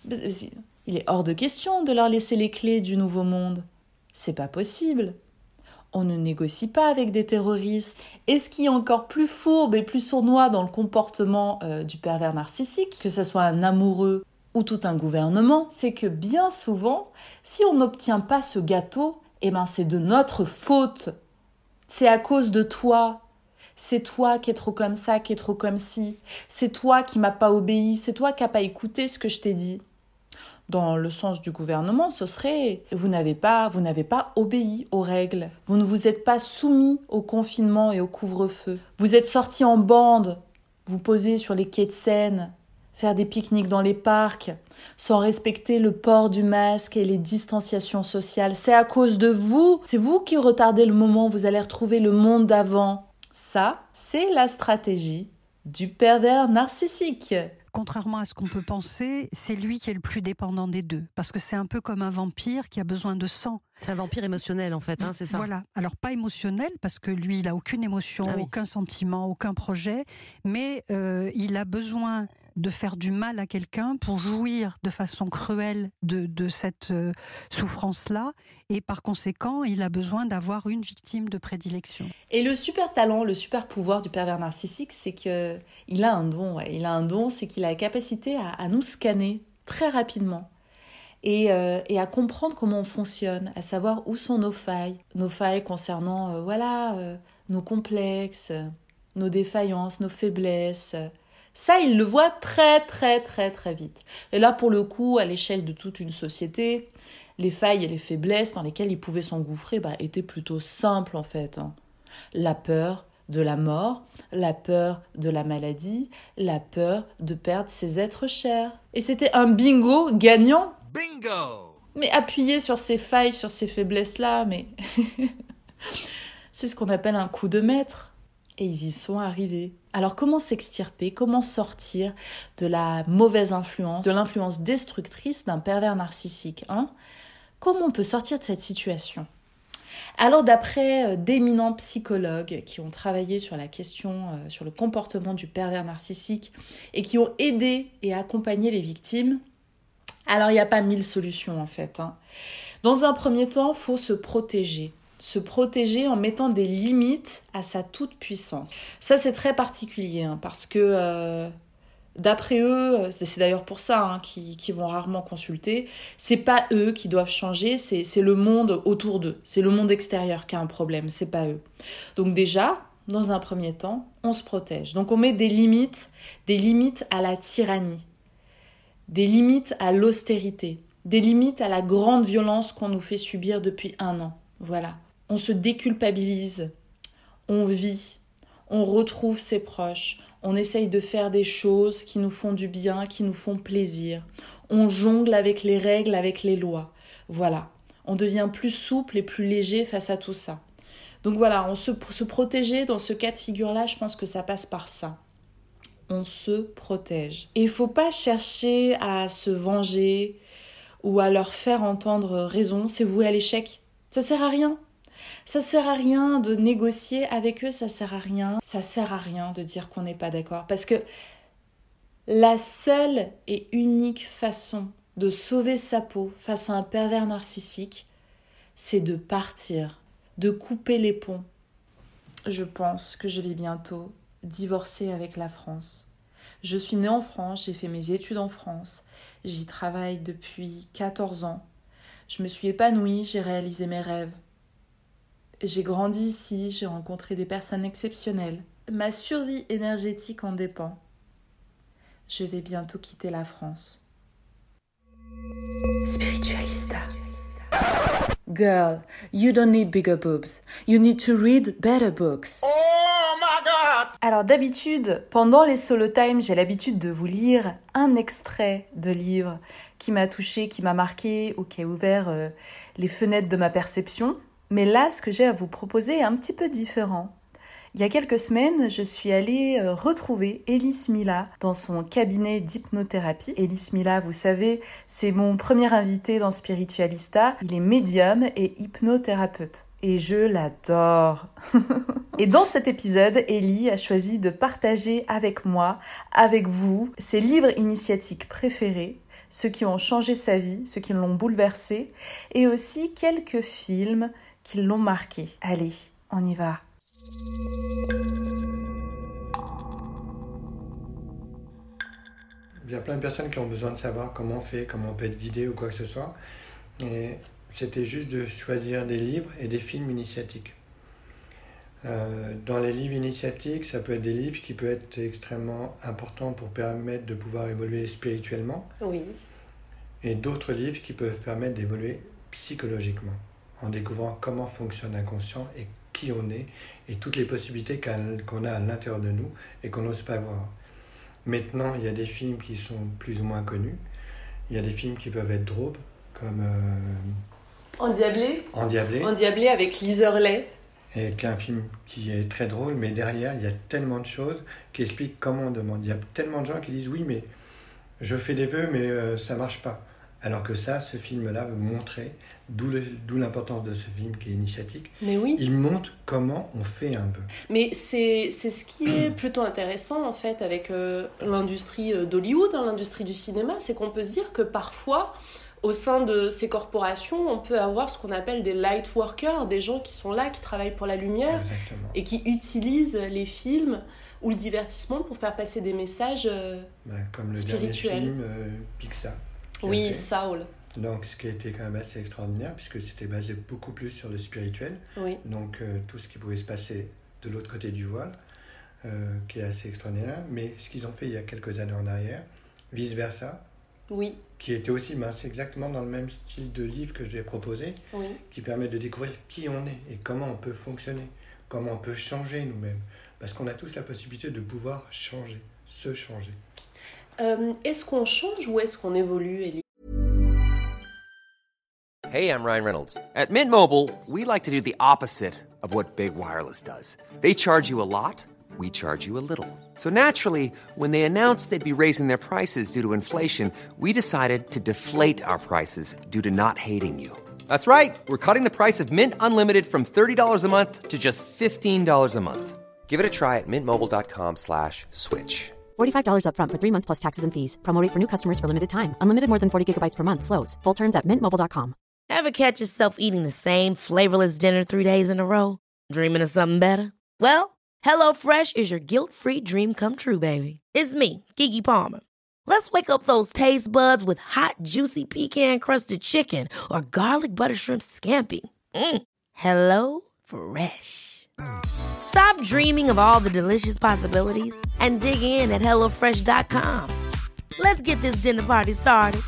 Il est hors de question de leur laisser les clés du nouveau monde. C'est pas possible. On ne négocie pas avec des terroristes. Et ce qui est encore plus fourbe et plus sournois dans le comportement euh, du pervers narcissique, que ce soit un amoureux ou tout un gouvernement, c'est que bien souvent, si on n'obtient pas ce gâteau, eh ben c'est de notre faute. C'est à cause de toi. C'est toi qui es trop comme ça, qui es trop comme ci. C'est toi qui m'as pas obéi. C'est toi qui n'as pas écouté ce que je t'ai dit. Dans le sens du gouvernement, ce serait vous n'avez pas, vous n'avez pas obéi aux règles. Vous ne vous êtes pas soumis au confinement et au couvre-feu. Vous êtes sortis en bande, vous posez sur les quais de Seine, faire des pique-niques dans les parcs, sans respecter le port du masque et les distanciations sociales. C'est à cause de vous. C'est vous qui retardez le moment où vous allez retrouver le monde d'avant. Ça, c'est la stratégie du pervers narcissique. Contrairement à ce qu'on peut penser, c'est lui qui est le plus dépendant des deux. Parce que c'est un peu comme un vampire qui a besoin de sang. C'est un vampire émotionnel, en fait, hein, c'est ça. Voilà. Alors, pas émotionnel, parce que lui, il n'a aucune émotion, ah oui. aucun sentiment, aucun projet. Mais euh, il a besoin de faire du mal à quelqu'un pour jouir de façon cruelle de, de cette euh, souffrance-là. Et par conséquent, il a besoin d'avoir une victime de prédilection. Et le super talent, le super pouvoir du pervers narcissique, c'est qu'il a un don. Ouais. Il a un don, c'est qu'il a la capacité à, à nous scanner très rapidement. Et, euh, et à comprendre comment on fonctionne, à savoir où sont nos failles. Nos failles concernant euh, voilà, euh, nos complexes, nos défaillances, nos faiblesses. Ça, il le voit très, très, très, très vite. Et là, pour le coup, à l'échelle de toute une société, les failles et les faiblesses dans lesquelles il pouvait s'engouffrer bah, étaient plutôt simples, en fait. Hein. La peur de la mort, la peur de la maladie, la peur de perdre ses êtres chers. Et c'était un bingo gagnant. Bingo! Mais appuyer sur ces failles, sur ces faiblesses-là, mais c'est ce qu'on appelle un coup de maître. Et ils y sont arrivés. Alors comment s'extirper, comment sortir de la mauvaise influence, de l'influence destructrice d'un pervers narcissique, hein ? Comment on peut sortir de cette situation ? Alors d'après d'éminents psychologues qui ont travaillé sur la question, euh, sur le comportement du pervers narcissique et qui ont aidé et accompagné les victimes, alors il n'y a pas mille solutions en fait. Hein. Dans un premier temps, il faut se protéger. Se protéger en mettant des limites à sa toute-puissance. Ça, c'est très particulier, hein, parce que, euh, d'après eux, c'est d'ailleurs pour ça hein, qu'ils, qu'ils vont rarement consulter, c'est pas eux qui doivent changer, c'est, c'est le monde autour d'eux, c'est le monde extérieur qui a un problème, c'est pas eux. Donc déjà, dans un premier temps, on se protège. Donc on met des limites, des limites à la tyrannie, des limites à l'austérité, des limites à la grande violence qu'on nous fait subir depuis un an. Voilà. On se déculpabilise, on vit, on retrouve ses proches, on essaye de faire des choses qui nous font du bien, qui nous font plaisir. On jongle avec les règles, avec les lois. Voilà, on devient plus souple et plus léger face à tout ça. Donc voilà, on se, se protéger dans ce cas de figure-là, je pense que ça passe par ça. On se protège. Et il ne faut pas chercher à se venger ou à leur faire entendre raison, c'est voué à l'échec. Ça sert à rien. Ça sert à rien de négocier avec eux, ça sert à rien. Ça sert à rien de dire qu'on n'est pas d'accord. Parce que la seule et unique façon de sauver sa peau face à un pervers narcissique, c'est de partir, de couper les ponts. Je pense que je vais bientôt divorcer avec la France. Je suis née en France, j'ai fait mes études en France, j'y travaille depuis quatorze ans. Je me suis épanouie, j'ai réalisé mes rêves. J'ai grandi ici, j'ai rencontré des personnes exceptionnelles. Ma survie énergétique en dépend. Je vais bientôt quitter la France. Spiritualista. Girl, you don't need bigger boobs. You need to read better books. Oh my God! Alors d'habitude, pendant les solo time, j'ai l'habitude de vous lire un extrait de livre qui m'a touchée, qui m'a marqué ou qui a ouvert euh, les fenêtres de ma perception. Mais là, ce que j'ai à vous proposer est un petit peu différent. Il y a quelques semaines, je suis allée euh, retrouver Ellis Mila dans son cabinet d'hypnothérapie. Ellis Mila, vous savez, c'est mon premier invité dans Spiritualista. Il est médium et hypnothérapeute. Et je l'adore. Et dans cet épisode, Ellie a choisi de partager avec moi, avec vous, ses livres initiatiques préférés, ceux qui ont changé sa vie, ceux qui l'ont bouleversée, et aussi quelques films qui l'ont marqué. Allez, on y va. Il y a plein de personnes qui ont besoin de savoir comment on fait, comment on peut être guidé ou quoi que ce soit. Et c'était juste de choisir des livres et des films initiatiques. Euh, dans les livres initiatiques, ça peut être des livres qui peuvent être extrêmement importants pour permettre de pouvoir évoluer spirituellement. Oui. Et d'autres livres qui peuvent permettre d'évoluer psychologiquement, en découvrant comment fonctionne l'inconscient et qui on est, et toutes les possibilités qu'on a à l'intérieur de nous et qu'on n'ose pas voir. Maintenant, il y a des films qui sont plus ou moins connus. Il y a des films qui peuvent être drôles, comme... Euh, Endiablé. Endiablé. Endiablé avec Liz Hurley. Et qui est un film qui est très drôle, mais derrière, il y a tellement de choses qui expliquent comment on demande. Il y a tellement de gens qui disent « Oui, mais je fais des vœux, mais euh, ça ne marche pas. » Alors que ça, ce film-là veut montrer, d'où, le, d'où l'importance de ce film qui est initiatique. Mais oui. Il montre comment on fait un vœu. Mais c'est, c'est ce qui est plutôt intéressant, en fait, avec euh, l'industrie d'Hollywood, hein, l'industrie du cinéma, c'est qu'on peut se dire que parfois... Au sein de ces corporations, on peut avoir ce qu'on appelle des light workers, des gens qui sont là, qui travaillent pour la lumière. Exactement. Et qui utilisent les films ou le divertissement pour faire passer des messages euh, bah, comme le spirituels. Dernier film euh, Pixar. Oui, Saul. Donc, ce qui a été quand même assez extraordinaire, puisque c'était basé beaucoup plus sur le spirituel. Oui. Donc, euh, tout ce qui pouvait se passer de l'autre côté du voile, euh, qui est assez extraordinaire. Mais ce qu'ils ont fait il y a quelques années en arrière, vice-versa, oui. Qui était aussi, ben, c'est exactement dans le même style de livre que je vais proposer, oui. Qui permet de découvrir qui on est et comment on peut fonctionner, comment on peut changer nous-mêmes. Parce qu'on a tous la possibilité de pouvoir changer, se changer. Euh, est-ce qu'on change ou est-ce qu'on évolue, Ellie? Hey, I'm Ryan Reynolds. At Mint Mobile, we like to do the opposite of what Big Wireless does. They charge you a lot. we charge you a little. So naturally, when they announced they'd be raising their prices due to inflation, we decided to deflate our prices due to not hating you. That's right. We're cutting the price of Mint Unlimited from thirty dollars a month to just fifteen dollars a month. Give it a try at mintmobile.com slash switch. forty-five dollars up front for three months plus taxes and fees. Promo rate for new customers for limited time. Unlimited more than forty gigabytes per month. Slows full terms at mint mobile dot com. Ever catch yourself eating the same flavorless dinner three days in a row? Dreaming of something better? Well, HelloFresh is your guilt-free dream come true, baby. It's me, Keke Palmer. Let's wake up those taste buds with hot, juicy pecan-crusted chicken or garlic butter shrimp scampi. Mm. Hello Fresh. Stop dreaming of all the delicious possibilities and dig in at hello fresh dot com. Let's get this dinner party started.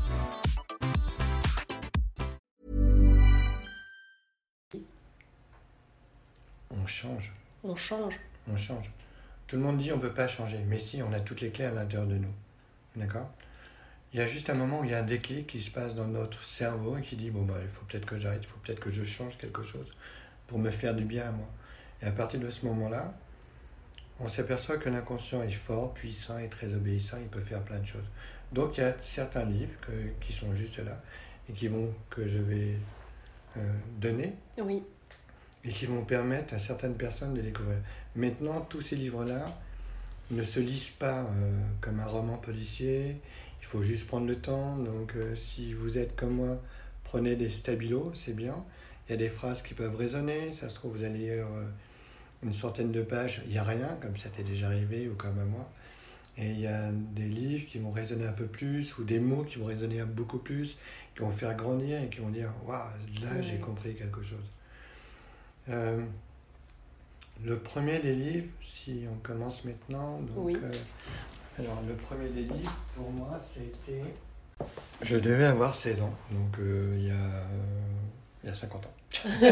On change. On change. On change. Tout le monde dit on ne peut pas changer, mais si, on a toutes les clés à l'intérieur de nous. D'accord ? Il y a juste un moment où il y a un déclic qui se passe dans notre cerveau et qui dit bon bah il faut peut-être que j'arrête, il faut peut-être que je change quelque chose pour me faire du bien à moi. Et à partir de ce moment-là, on s'aperçoit que l'inconscient est fort, puissant et très obéissant, il peut faire plein de choses. Donc il y a certains livres que, qui sont juste là et qui vont, que je vais euh, donner. Oui. Et qui vont permettre à certaines personnes de découvrir. Maintenant, tous ces livres-là ne se lisent pas euh, comme un roman policier, il faut juste prendre le temps. Donc euh, si vous êtes comme moi, prenez des stabilos, c'est bien. Il y a des phrases qui peuvent résonner, ça se trouve vous allez lire euh, une centaine de pages, il n'y a rien, comme ça t'est déjà arrivé ou comme à moi. Et il y a des livres qui vont résonner un peu plus, ou des mots qui vont résonner beaucoup plus, qui vont faire grandir et qui vont dire « Waouh, là oui. J'ai compris quelque chose ». Euh, le premier des livres, si on commence maintenant, donc, oui. euh, alors le premier des livres pour moi c'était, je devais avoir seize ans, donc euh, il y a euh, il y a cinquante ans.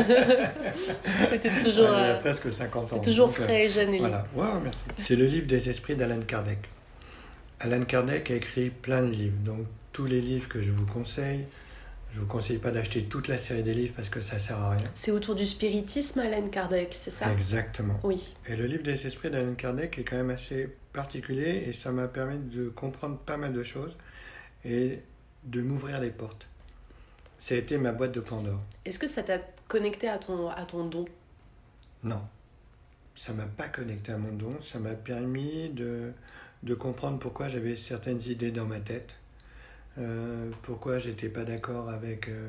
T'es toujours, ouais, il y a euh, presque cinquante ans. T'es toujours donc, frais et jeune. Voilà, ouais, merci. C'est le livre des esprits d'Allan Kardec. Allan Kardec a écrit plein de livres, donc tous les livres que je vous conseille. Je ne vous conseille pas d'acheter toute la série des livres parce que ça ne sert à rien. C'est autour du spiritisme, Allan Kardec, c'est ça ? Exactement. Oui. Et le livre des esprits d'Allan Kardec est quand même assez particulier et ça m'a permis de comprendre pas mal de choses et de m'ouvrir des portes. Ça a été ma boîte de Pandore. Est-ce que ça t'a connecté à ton, à ton don ? Non. Ça ne m'a pas connecté à mon don. Ça m'a permis de, de comprendre pourquoi j'avais certaines idées dans ma tête. Euh, pourquoi j'étais pas d'accord avec euh,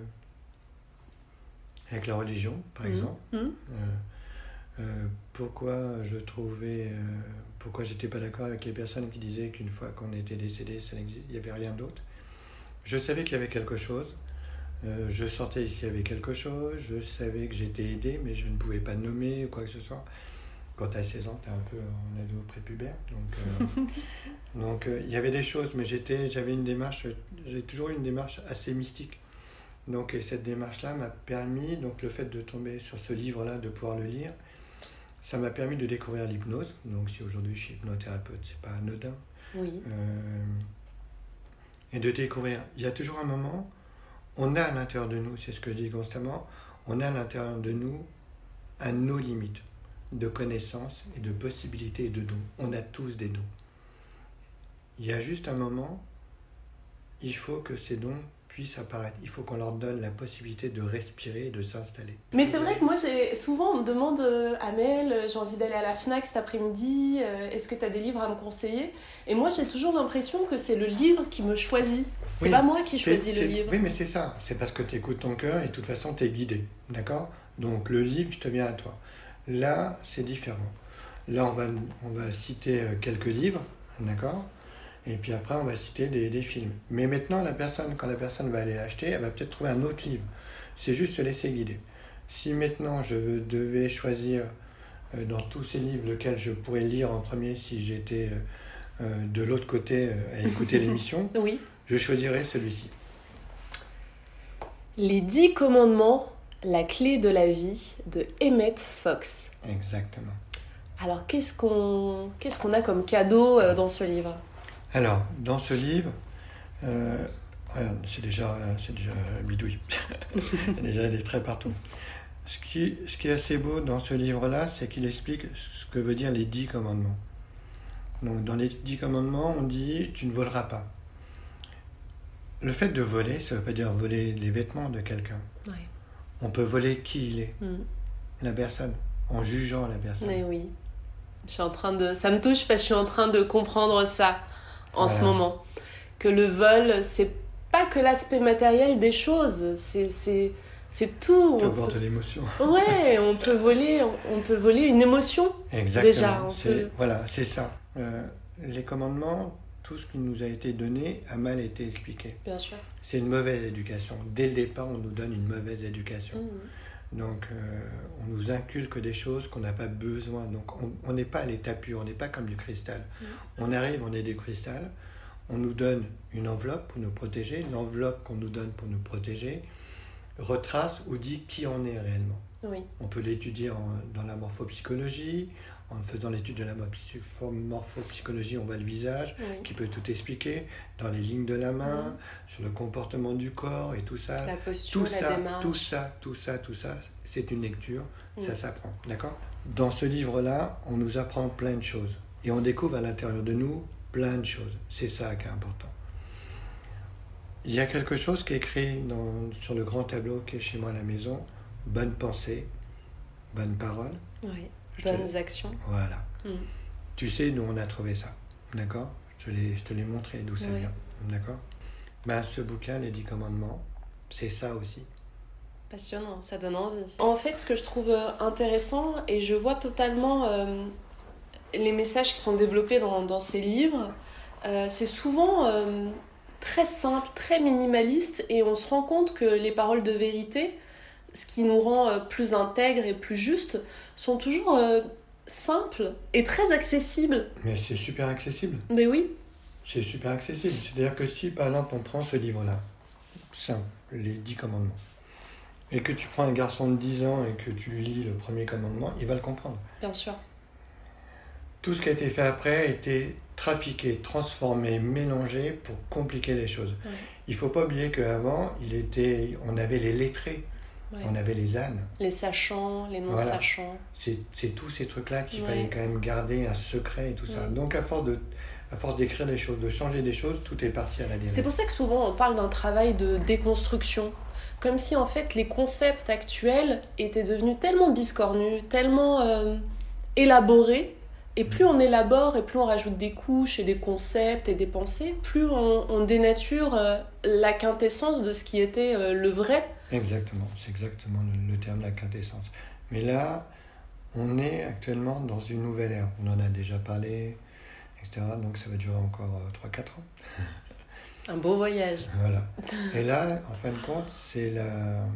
avec la religion par mmh. exemple mmh. Euh, euh, pourquoi je trouvais euh, pourquoi j'étais pas d'accord avec les personnes qui disaient qu'une fois qu'on était décédé ça n'existe, il y avait rien d'autre. Je savais qu'il y avait quelque chose, euh, je sentais qu'il y avait quelque chose, je savais que j'étais aidé mais je ne pouvais pas nommer ou quoi que ce soit. Quand tu as seize ans, tu es un peu en ado prépubère. Donc, euh, donc euh, il y avait des choses, mais j'étais, j'avais une démarche, j'ai toujours eu une démarche assez mystique. Donc, et cette démarche-là m'a permis, donc le fait de tomber sur ce livre-là, de pouvoir le lire, ça m'a permis de découvrir l'hypnose. Donc, si aujourd'hui je suis hypnothérapeute, c'est pas anodin. Oui. Euh, et de découvrir. Il y a toujours un moment, on a à l'intérieur de nous, c'est ce que je dis constamment, on a à l'intérieur de nous à nos limites de connaissances et de possibilités et de dons. On a tous des dons. Il y a juste un moment, il faut que ces dons puissent apparaître. Il faut qu'on leur donne la possibilité de respirer et de s'installer. Mais c'est vrai que moi, j'ai... souvent on me demande euh, Amel, j'ai envie d'aller à la Fnac cet après-midi, euh, est-ce que tu as des livres à me conseiller ? Et moi, j'ai toujours l'impression que c'est le livre qui me choisit. C'est oui, pas moi qui choisis le livre. Oui, mais c'est ça. C'est parce que tu écoutes ton cœur et de toute façon, tu es guidé. D'accord ? Donc le livre te vient à toi. Là, c'est différent. Là, on va, on va citer quelques livres, d'accord ? Et puis après, on va citer des, des films. Mais maintenant, la personne, quand la personne va aller acheter, elle va peut-être trouver un autre livre. C'est juste se laisser guider. Si maintenant, je devais choisir euh, dans tous ces livres lequel je pourrais lire en premier si j'étais euh, de l'autre côté euh, à écouter l'émission, oui. Je choisirais celui-ci. Les dix commandements, la clé de la vie, de Emmett Fox. Exactement. Alors, qu'est-ce qu'on, qu'est-ce qu'on a comme cadeau euh, dans ce livre ? Alors, dans ce livre, euh, regarde, c'est déjà, c'est déjà bidouille. Il y a déjà des traits partout. Ce qui, ce qui est assez beau dans ce livre-là, c'est qu'il explique ce que veut dire les dix commandements. Donc, dans les dix commandements, on dit « tu ne voleras pas ». Le fait de voler, ça ne veut pas dire voler les vêtements de quelqu'un. Ouais. On peut voler qui il est, mm. la personne, en jugeant la personne. Mais oui, je suis en train de... ça me touche parce que je suis en train de comprendre ça en voilà. ce moment. Que le vol, c'est pas que l'aspect matériel des choses, c'est, c'est, c'est tout. Tu on abordes peut... l'émotion. Ouais, on peut voler, on peut voler une émotion. Exactement. Déjà, on c'est, peut... Voilà, c'est ça. Euh, les commandements, tout ce qui nous a été donné a mal été expliqué. Bien sûr. C'est une mauvaise éducation. Dès le départ, on nous donne une mauvaise éducation. Mmh. Donc, euh, on nous inculque des choses qu'on n'a pas besoin. Donc, on n'est pas à l'état pur, on n'est pas comme du cristal. Mmh. On arrive, on est du cristal, on nous donne une enveloppe pour nous protéger. L'enveloppe qu'on nous donne pour nous protéger retrace ou dit qui on est réellement. Oui. On peut l'étudier en, dans la morphopsychologie. En faisant l'étude de la morphopsychologie, on voit le visage, oui. qui peut tout expliquer, dans les lignes de la main, mmh. sur le comportement du corps et tout ça. La posture, tout la ça, démarche. Tout ça, tout ça, tout ça, c'est une lecture, mmh. ça s'apprend, d'accord ? Dans ce livre-là, on nous apprend plein de choses. Et on découvre à l'intérieur de nous plein de choses. C'est ça qui est important. Il y a quelque chose qui est écrit dans, sur le grand tableau qui est chez moi à la maison. Bonne pensée, bonne parole. Oui. Bonnes te... actions. Voilà. Mm. Tu sais, nous, on a trouvé ça. D'accord ? Je te l'ai, je te l'ai montré d'où ça oui. vient. D'accord ? Ben, ce bouquin, Les Dix Commandements, c'est ça aussi. Passionnant, ça donne envie. En fait, ce que je trouve intéressant, et je vois totalement euh, les messages qui sont développés dans, dans ces livres, euh, c'est souvent euh, très simple, très minimaliste, et on se rend compte que les paroles de vérité, ce qui nous rend plus intègres et plus justes, sont toujours euh, simples et très accessibles. Mais c'est super accessible. Mais oui. C'est super accessible. C'est-à-dire que si, par exemple, on prend ce livre-là, simple, les dix commandements, et que tu prends un garçon de dix ans et que tu lui lis le premier commandement, il va le comprendre. Bien sûr. Tout ce qui a été fait après a été trafiqué, transformé, mélangé pour compliquer les choses. Ouais. Il ne faut pas oublier qu'avant, il était, on avait les lettrés. Ouais. On avait les ânes. Les sachants, les non-sachants. Voilà. C'est, c'est tous ces trucs-là qu'il ouais. fallait quand même garder un secret et tout ça. Ouais. Donc à force, de, à force d'écrire des choses, de changer des choses, tout est parti à la dérive. C'est pour ça que souvent on parle d'un travail de déconstruction. Comme si en fait les concepts actuels étaient devenus tellement biscornus, tellement euh, élaborés. Et plus on élabore et plus on rajoute des couches et des concepts et des pensées, plus on, on dénature euh, la quintessence de ce qui était euh, le vrai. Exactement, c'est exactement le, le terme, la quintessence. Mais là, on est actuellement dans une nouvelle ère. On en a déjà parlé, et cetera. Donc ça va durer encore euh, trois à quatre ans. Un beau voyage. Voilà. Et là, en fin de compte, c'est la,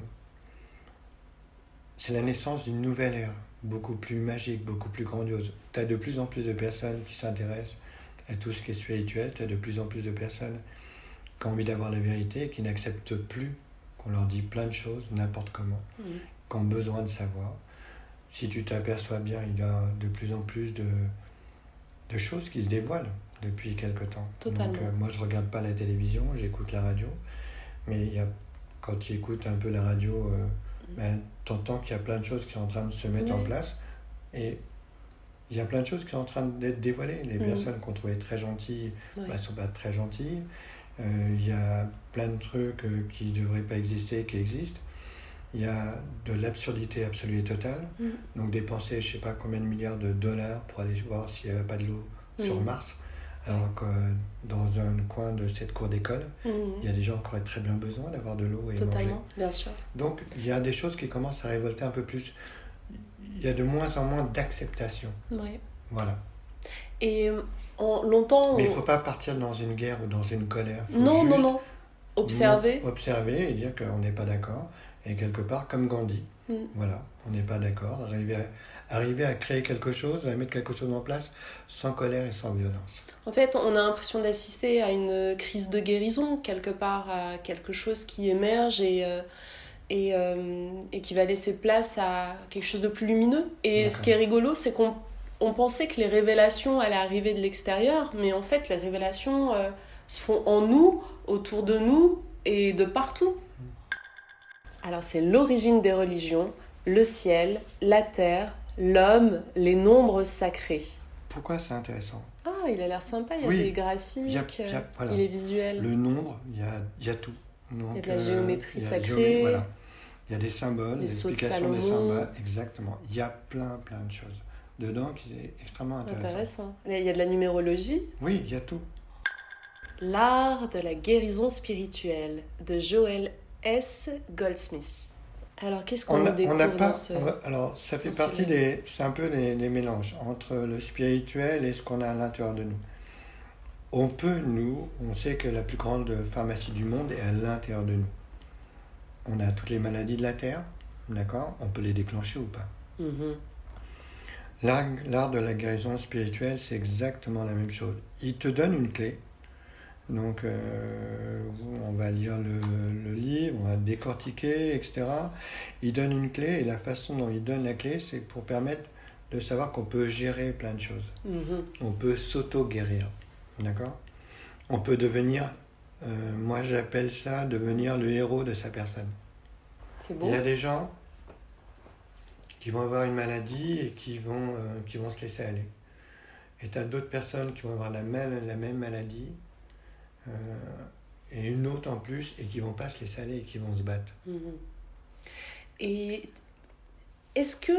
c'est la naissance d'une nouvelle ère, beaucoup plus magique, beaucoup plus grandiose. Tu as de plus en plus de personnes qui s'intéressent à tout ce qui est spirituel. Tu as de plus en plus de personnes qui ont envie d'avoir la vérité, qui n'acceptent plus qu'on leur dit plein de choses, n'importe comment, mmh. qui ont besoin de savoir. Si tu t'aperçois bien, il y a de plus en plus de, de choses qui se dévoilent depuis quelque temps. Totalement. Donc, euh, moi, je ne regarde pas la télévision, j'écoute la radio, mais il y a, quand tu écoutes un peu la radio, euh, mmh. ben, tu entends qu'il y a plein de choses qui sont en train de se mettre oui. en place, et il y a plein de choses qui sont en train d'être dévoilées. Les mmh. personnes qu'on trouvait très gentilles ne oui. ben, sont pas très gentilles. Il euh, y a plein de trucs euh, qui ne devraient pas exister, qui existent. Il y a de l'absurdité absolue et totale. Mm. Donc dépenser je ne sais pas combien de milliards de dollars pour aller voir s'il n'y avait pas de l'eau mm. sur Mars. Alors que dans un coin de cette cour d'école, il mm. y a des gens qui auraient très bien besoin d'avoir de l'eau et Totalement, manger. Bien sûr. Donc il y a des choses qui commencent à révolter un peu plus. Il y a de moins en moins d'acceptation. Oui. Voilà. Et on, longtemps... Mais il on... ne faut pas partir dans une guerre ou dans une colère. Faut non, juste non, non. Observer. Observer et dire qu'on n'est pas d'accord. Et quelque part, comme Gandhi, mm. voilà, on n'est pas d'accord. Arriver à, arriver à créer quelque chose, à mettre quelque chose en place sans colère et sans violence. En fait, on a l'impression d'assister à une crise de guérison, quelque part, à quelque chose qui émerge et... Euh... Et, euh, et qui va laisser place à quelque chose de plus lumineux. Et D'accord. Ce qui est rigolo, c'est qu'on on pensait que les révélations allaient arriver de l'extérieur, mais en fait, les révélations euh, se font en nous, autour de nous et de partout. Alors, c'est l'origine des religions, le ciel, la terre, l'homme, les nombres sacrés. Pourquoi c'est intéressant ? Ah, il a l'air sympa, il y a oui, des graphiques, il, y a, il, y a, voilà. il est visuel. Le nombre, il y a, il y a tout. Donc, il y a de la géométrie euh, sacrée. Géomé- voilà. Il y a des symboles, les des explications des symboles. Exactement. Il y a plein, plein de choses dedans qui est extrêmement intéressant. Intéressant. Il y a de la numérologie. Oui, il y a tout. L'art de la guérison spirituelle de Joel S. Goldsmith. Alors, qu'est-ce qu'on a, découvre on a pas, dans ce... va, alors, ça fait partie des... C'est un peu les, les mélanges entre le spirituel et ce qu'on a à l'intérieur de nous. On peut, nous, on sait que la plus grande pharmacie du monde est à l'intérieur de nous. On a toutes les maladies de la Terre, d'accord ? On peut les déclencher ou pas. Mm-hmm. L'art, l'art de la guérison spirituelle, c'est exactement la même chose. Il te donne une clé. Donc, euh, on va lire le, le livre, on va décortiquer, et cetera. Il donne une clé et la façon dont il donne la clé, c'est pour permettre de savoir qu'on peut gérer plein de choses. Mm-hmm. On peut s'auto-guérir, d'accord ? On peut devenir, euh, moi j'appelle ça devenir le héros de sa personne. C'est beau. Il y a des gens qui vont avoir une maladie et qui vont, euh, qui vont se laisser aller. Et tu as d'autres personnes qui vont avoir la, mal, la même maladie, Euh, et une autre en plus, et qui vont pas se laisser aller et qui vont se battre. Mmh. Et est-ce que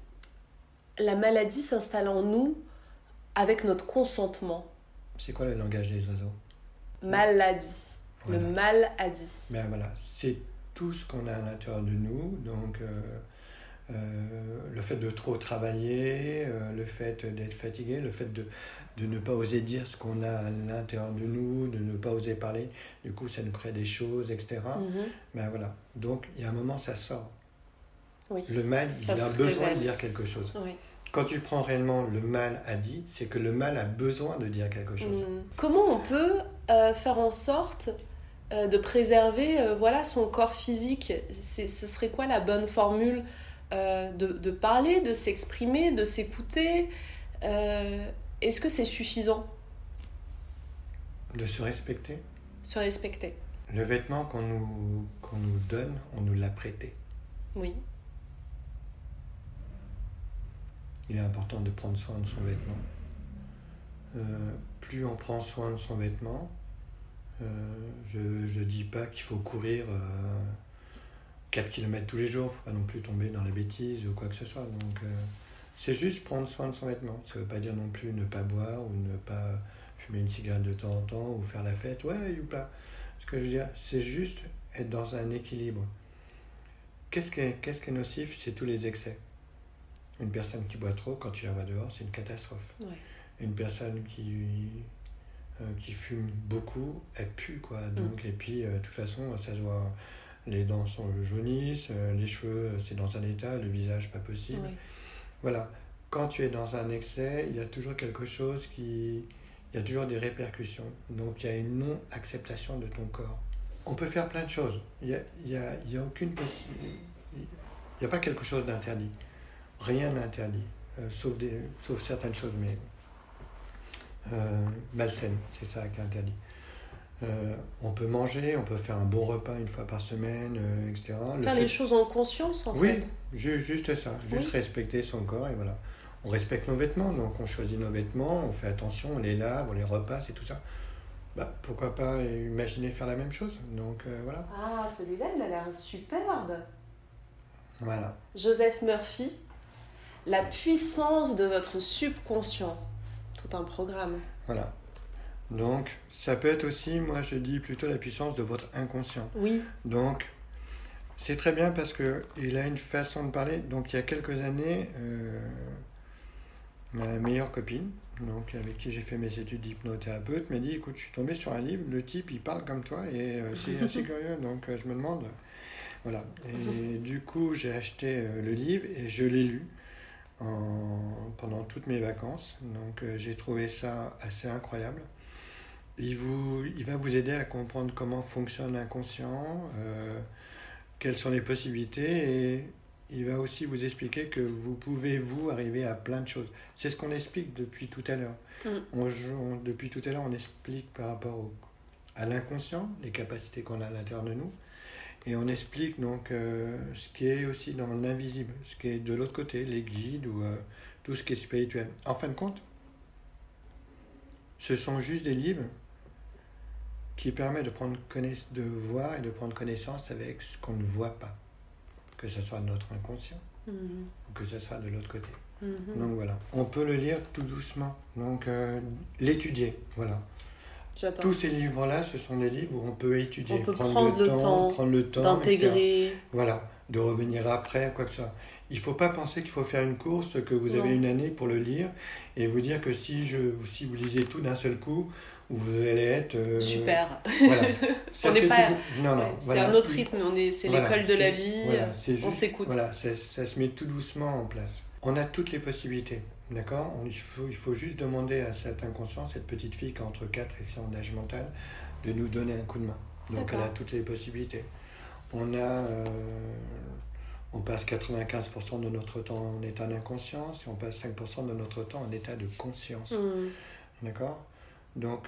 la maladie s'installe en nous avec notre consentement ? C'est quoi le langage des oiseaux ? Maladie. Voilà. Le mal a dit. Ben voilà, c'est tout ce qu'on a à l'intérieur de nous. Donc, euh, euh, le fait de trop travailler, euh, le fait d'être fatigué, le fait de de ne pas oser dire ce qu'on a à l'intérieur de nous, de ne pas oser parler, du coup ça nous crée des choses, et cetera. Mm-hmm. Ben voilà, donc il y a un moment ça sort. Oui. Le mal, ça il a besoin révèle. de dire quelque chose. Oui. Quand tu prends réellement le mal a dit, c'est que le mal a besoin de dire quelque chose. Mm. Comment on peut euh, faire en sorte euh, de préserver euh, voilà, son corps physique ? C'est, ce serait quoi la bonne formule euh, de, de parler, de s'exprimer, de s'écouter euh, Est-ce que c'est suffisant ? De se respecter. Se respecter. Le vêtement qu'on nous, qu'on nous donne, on nous l'a prêté. Oui. Il est important de prendre soin de son vêtement. Euh, plus on prend soin de son vêtement, euh, je ne dis pas qu'il faut courir euh, quatre kilomètres tous les jours, il ne faut pas non plus tomber dans la bêtise ou quoi que ce soit. Donc, euh, c'est juste prendre soin de son vêtement. Ça ne veut pas dire non plus ne pas boire ou ne pas fumer une cigarette de temps en temps ou faire la fête. Ouais, youpa. Ce que je veux dire, c'est juste être dans un équilibre. Qu'est-ce qui est, qu'est-ce qui est nocif ? C'est tous les excès. Une personne qui boit trop, quand tu la vois dehors, c'est une catastrophe. Ouais. Une personne qui, euh, qui fume beaucoup, elle pue, quoi. Donc, mm. Et puis, euh, de toute façon, ça se voit. Les dents sont jaunissent, euh, les cheveux, c'est dans un état, le visage, pas possible. Ouais. Voilà, quand tu es dans un excès, il y a toujours quelque chose qui... Il y a toujours des répercussions. Donc il y a une non-acceptation de ton corps. On peut faire plein de choses. Il n'y a, il y a, il y a aucune possibilité... Il n'y a pas quelque chose d'interdit. Rien n'est interdit. Euh, sauf, des, sauf certaines choses, mais... Euh, malsaines, c'est ça qui est interdit. Euh, on peut manger, on peut faire un bon repas une fois par semaine, euh, et cetera. Faire fait... les choses en conscience, en oui, fait. Oui, ju- juste ça. Juste oui. Respecter son corps, et voilà. On respecte nos vêtements, donc on choisit nos vêtements, on fait attention, on les lave, on les repasse et tout ça. Bah, pourquoi pas imaginer faire la même chose ? Donc, euh, voilà. Ah, celui-là, il a l'air superbe. Voilà. Joseph Murphy, la puissance de votre subconscient. Tout un programme. Voilà. Donc, ça peut être aussi, moi je dis plutôt la puissance de votre inconscient. Oui. Donc, c'est très bien parce qu'il a une façon de parler. Donc, il y a quelques années, euh, ma meilleure copine, donc, avec qui j'ai fait mes études d'hypnothérapeute, m'a dit, écoute, je suis tombé sur un livre, le type, il parle comme toi et euh, c'est assez curieux. Donc, euh, je me demande... Voilà. Et du coup, j'ai acheté euh, le livre et je l'ai lu en, pendant toutes mes vacances. Donc, euh, j'ai trouvé ça assez incroyable. Il, vous, il va vous aider à comprendre comment fonctionne l'inconscient, euh, quelles sont les possibilités, et il va aussi vous expliquer que vous pouvez, vous, arriver à plein de choses. C'est ce qu'on explique depuis tout à l'heure. Mm. On, on, depuis tout à l'heure, on explique par rapport au, à l'inconscient, les capacités qu'on a à l'intérieur de nous, Et on explique donc euh, ce qui est aussi dans l'invisible, ce qui est de l'autre côté, les guides ou euh, tout ce qui est spirituel. En fin de compte, ce sont juste des livres qui permettent de, prendre connaiss- de voir et de prendre connaissance avec ce qu'on ne voit pas, que ce soit notre inconscient mmh. ou que ce soit de l'autre côté. Mmh. Donc voilà, on peut le lire tout doucement, donc euh, l'étudier, voilà. J'adore. Tous ces livres-là, ce sont des livres où on peut étudier, on peut prendre, prendre le, le temps, temps, prendre le temps d'intégrer. et faire, voilà, de revenir après, quoi que ce soit. Il ne faut pas penser qu'il faut faire une course, que vous avez non. une année pour le lire, et vous dire que si, je, si vous lisez tout d'un seul coup, vous allez être... Euh, super. Voilà. On n'est pas... Tout... Non, non, ouais, voilà. C'est un autre rythme, on est... c'est voilà, l'école de c'est... la vie, voilà, c'est juste... on s'écoute. Voilà, ça, ça se met tout doucement en place. On a toutes les possibilités, d'accord ? on, il, faut, il faut juste demander à cet inconscient, cette petite fille qui a entre quatre et six ans d'âge mental, de nous donner un coup de main. Donc d'accord. Elle a toutes les possibilités. On a... Euh, on passe quatre-vingt-quinze pour cent de notre temps en état d'inconscience et on passe cinq pour cent de notre temps en état de conscience. Mmh. D'accord ? Donc,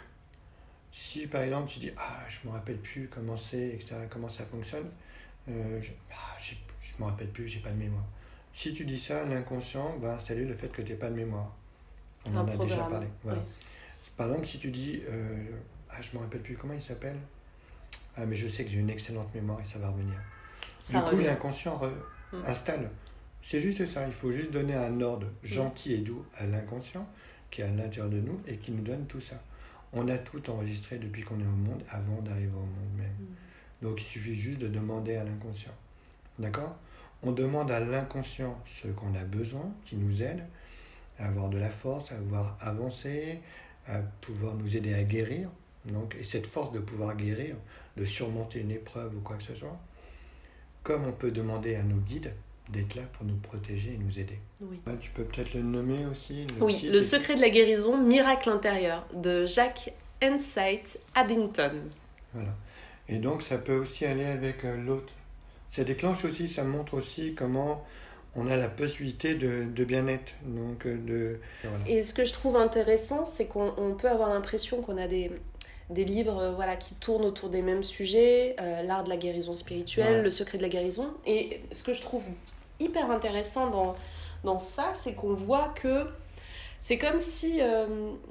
si par exemple tu dis « Ah, je ne me rappelle plus comment c'est, et cetera, comment ça fonctionne, euh, je ne me rappelle plus, j'ai pas de mémoire. » Si tu dis ça, l'inconscient va installer le fait que tu n'aies pas de mémoire. On un en a programme. Déjà parlé. Voilà. Oui. Par exemple, si tu dis euh, « Ah, je ne me rappelle plus, comment il s'appelle ? Ah, mais je sais que j'ai une excellente mémoire et ça va revenir. » Du coup, revient. L'inconscient re- hum. installe. C'est juste ça. Il faut juste donner un ordre gentil et doux à l'inconscient qui est à l'intérieur de nous et qui nous donne tout ça. On a tout enregistré depuis qu'on est au monde, avant d'arriver au monde même. Hum. Donc, il suffit juste de demander à l'inconscient. D'accord ? On demande à l'inconscient ce qu'on a besoin, qui nous aide à avoir de la force, à pouvoir avancer, à pouvoir nous aider à guérir. Donc, et cette force de pouvoir guérir, de surmonter une épreuve ou quoi que ce soit, comme on peut demander à nos guides d'être là pour nous protéger et nous aider. Oui. Là, tu peux peut-être le nommer aussi. Le oui, Le secret de la guérison, miracle intérieur, de Jack Ensight Addington. Voilà. Et donc, ça peut aussi aller avec euh, l'autre. Ça déclenche aussi, ça montre aussi comment on a la possibilité de, de bien-être. Donc, de, voilà. Et ce que je trouve intéressant, c'est qu'on on peut avoir l'impression qu'on a des... des livres euh, voilà, qui tournent autour des mêmes sujets, euh, l'art de la guérison spirituelle, ouais. Le secret de la guérison. Et ce que je trouve hyper intéressant dans, dans ça, c'est qu'on voit que c'est comme si euh,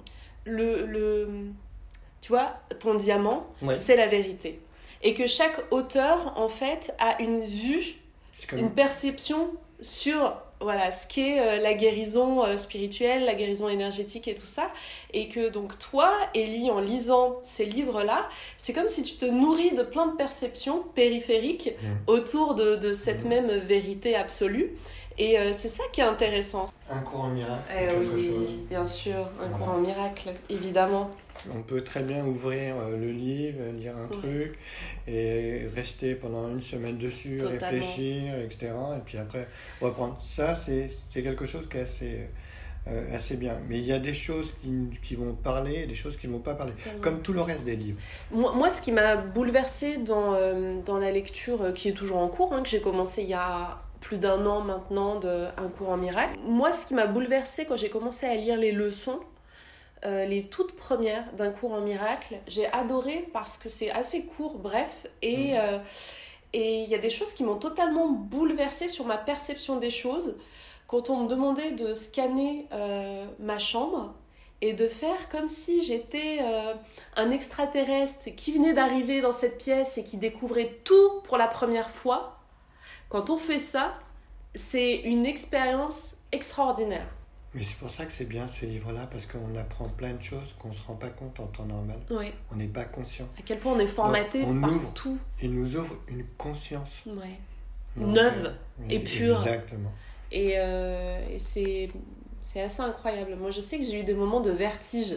le, le, tu vois, ton diamant, ouais. C'est la vérité. Et que chaque auteur, en fait, a une vue, comme... une perception sur... Voilà, ce qu'est euh, la guérison euh, spirituelle, la guérison énergétique et tout ça. Et que donc toi, Ellie, en lisant ces livres-là, c'est comme si tu te nourris de plein de perceptions périphériques mmh. autour de, de cette mmh. même vérité absolue. Et euh, c'est ça qui est intéressant. Un courant miracle, eh quelque oui, chose. Bien sûr, un voilà. courant miracle, évidemment. On peut très bien ouvrir le livre, lire un ouais. truc et rester pendant une semaine dessus, totalement. Réfléchir, et cetera. Et puis après, reprendre. Ça, c'est, c'est quelque chose qui est assez, euh, assez bien. Mais il y a des choses qui, qui vont parler et des choses qui ne vont pas parler. Totalement. Comme tout le reste des livres. Moi, moi ce qui m'a bouleversée dans, euh, dans la lecture qui est toujours en cours, hein, que j'ai commencé il y a... plus d'un an maintenant de Un courant miracle. Moi, ce qui m'a bouleversée quand j'ai commencé à lire les leçons, euh, les toutes premières d'Un courant miracle, j'ai adoré parce que c'est assez court, bref, et euh, et il y a des choses qui m'ont totalement bouleversée sur ma perception des choses. Quand on me demandait de scanner euh, ma chambre et de faire comme si j'étais euh, un extraterrestre qui venait d'arriver dans cette pièce et qui découvrait tout pour la première fois. Quand on fait ça, c'est une expérience extraordinaire. Mais c'est pour ça que c'est bien ces livres-là, parce qu'on apprend plein de choses qu'on ne se rend pas compte en temps normal. Oui. On n'est pas conscient. À quel point on est formaté on par ouvre, tout. Il nous ouvre une conscience. Ouais. Donc, neuve euh, et pure. Exactement. Et, euh, et c'est, c'est assez incroyable. Moi, je sais que j'ai eu des moments de vertige.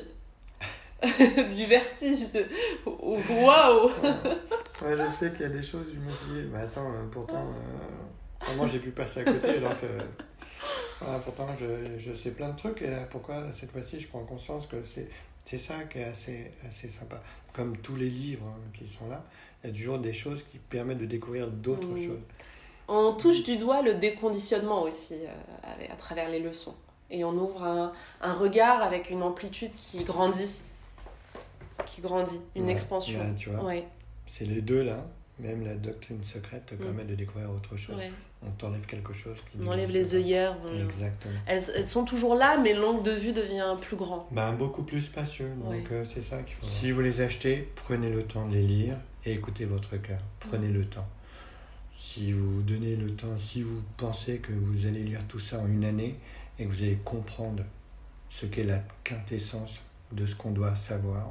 Du vertige de waouh. Ouais, je sais qu'il y a des choses, je me suis dit, mais attends, euh, pourtant, euh, moi j'ai pu passer à côté, donc euh, voilà, pourtant je, je sais plein de trucs, et là, pourquoi cette fois-ci je prends conscience que c'est, c'est ça qui est assez, assez sympa. Comme tous les livres hein, qui sont là, il y a toujours des choses qui permettent de découvrir d'autres mmh. choses. On touche du doigt le déconditionnement aussi euh, à travers les leçons, et on ouvre un, un regard avec une amplitude qui grandit. qui grandit, une ouais, expansion. Là, tu vois, ouais. c'est les deux là, même la doctrine secrète te mmh. permet de découvrir autre chose. Ouais. On t'enlève quelque chose. Qui on enlève les œillères. On... Exactement. Elles, elles sont toujours là, mais l'angle de vue devient plus grand. Ben, beaucoup plus spacieux. Donc ouais. euh, c'est ça qu'il faut. Si vous les achetez, prenez le temps de les lire et écoutez votre cœur. Prenez mmh. le temps. Si vous donnez le temps, si vous pensez que vous allez lire tout ça en une année et que vous allez comprendre ce qu'est la quintessence de ce qu'on doit savoir,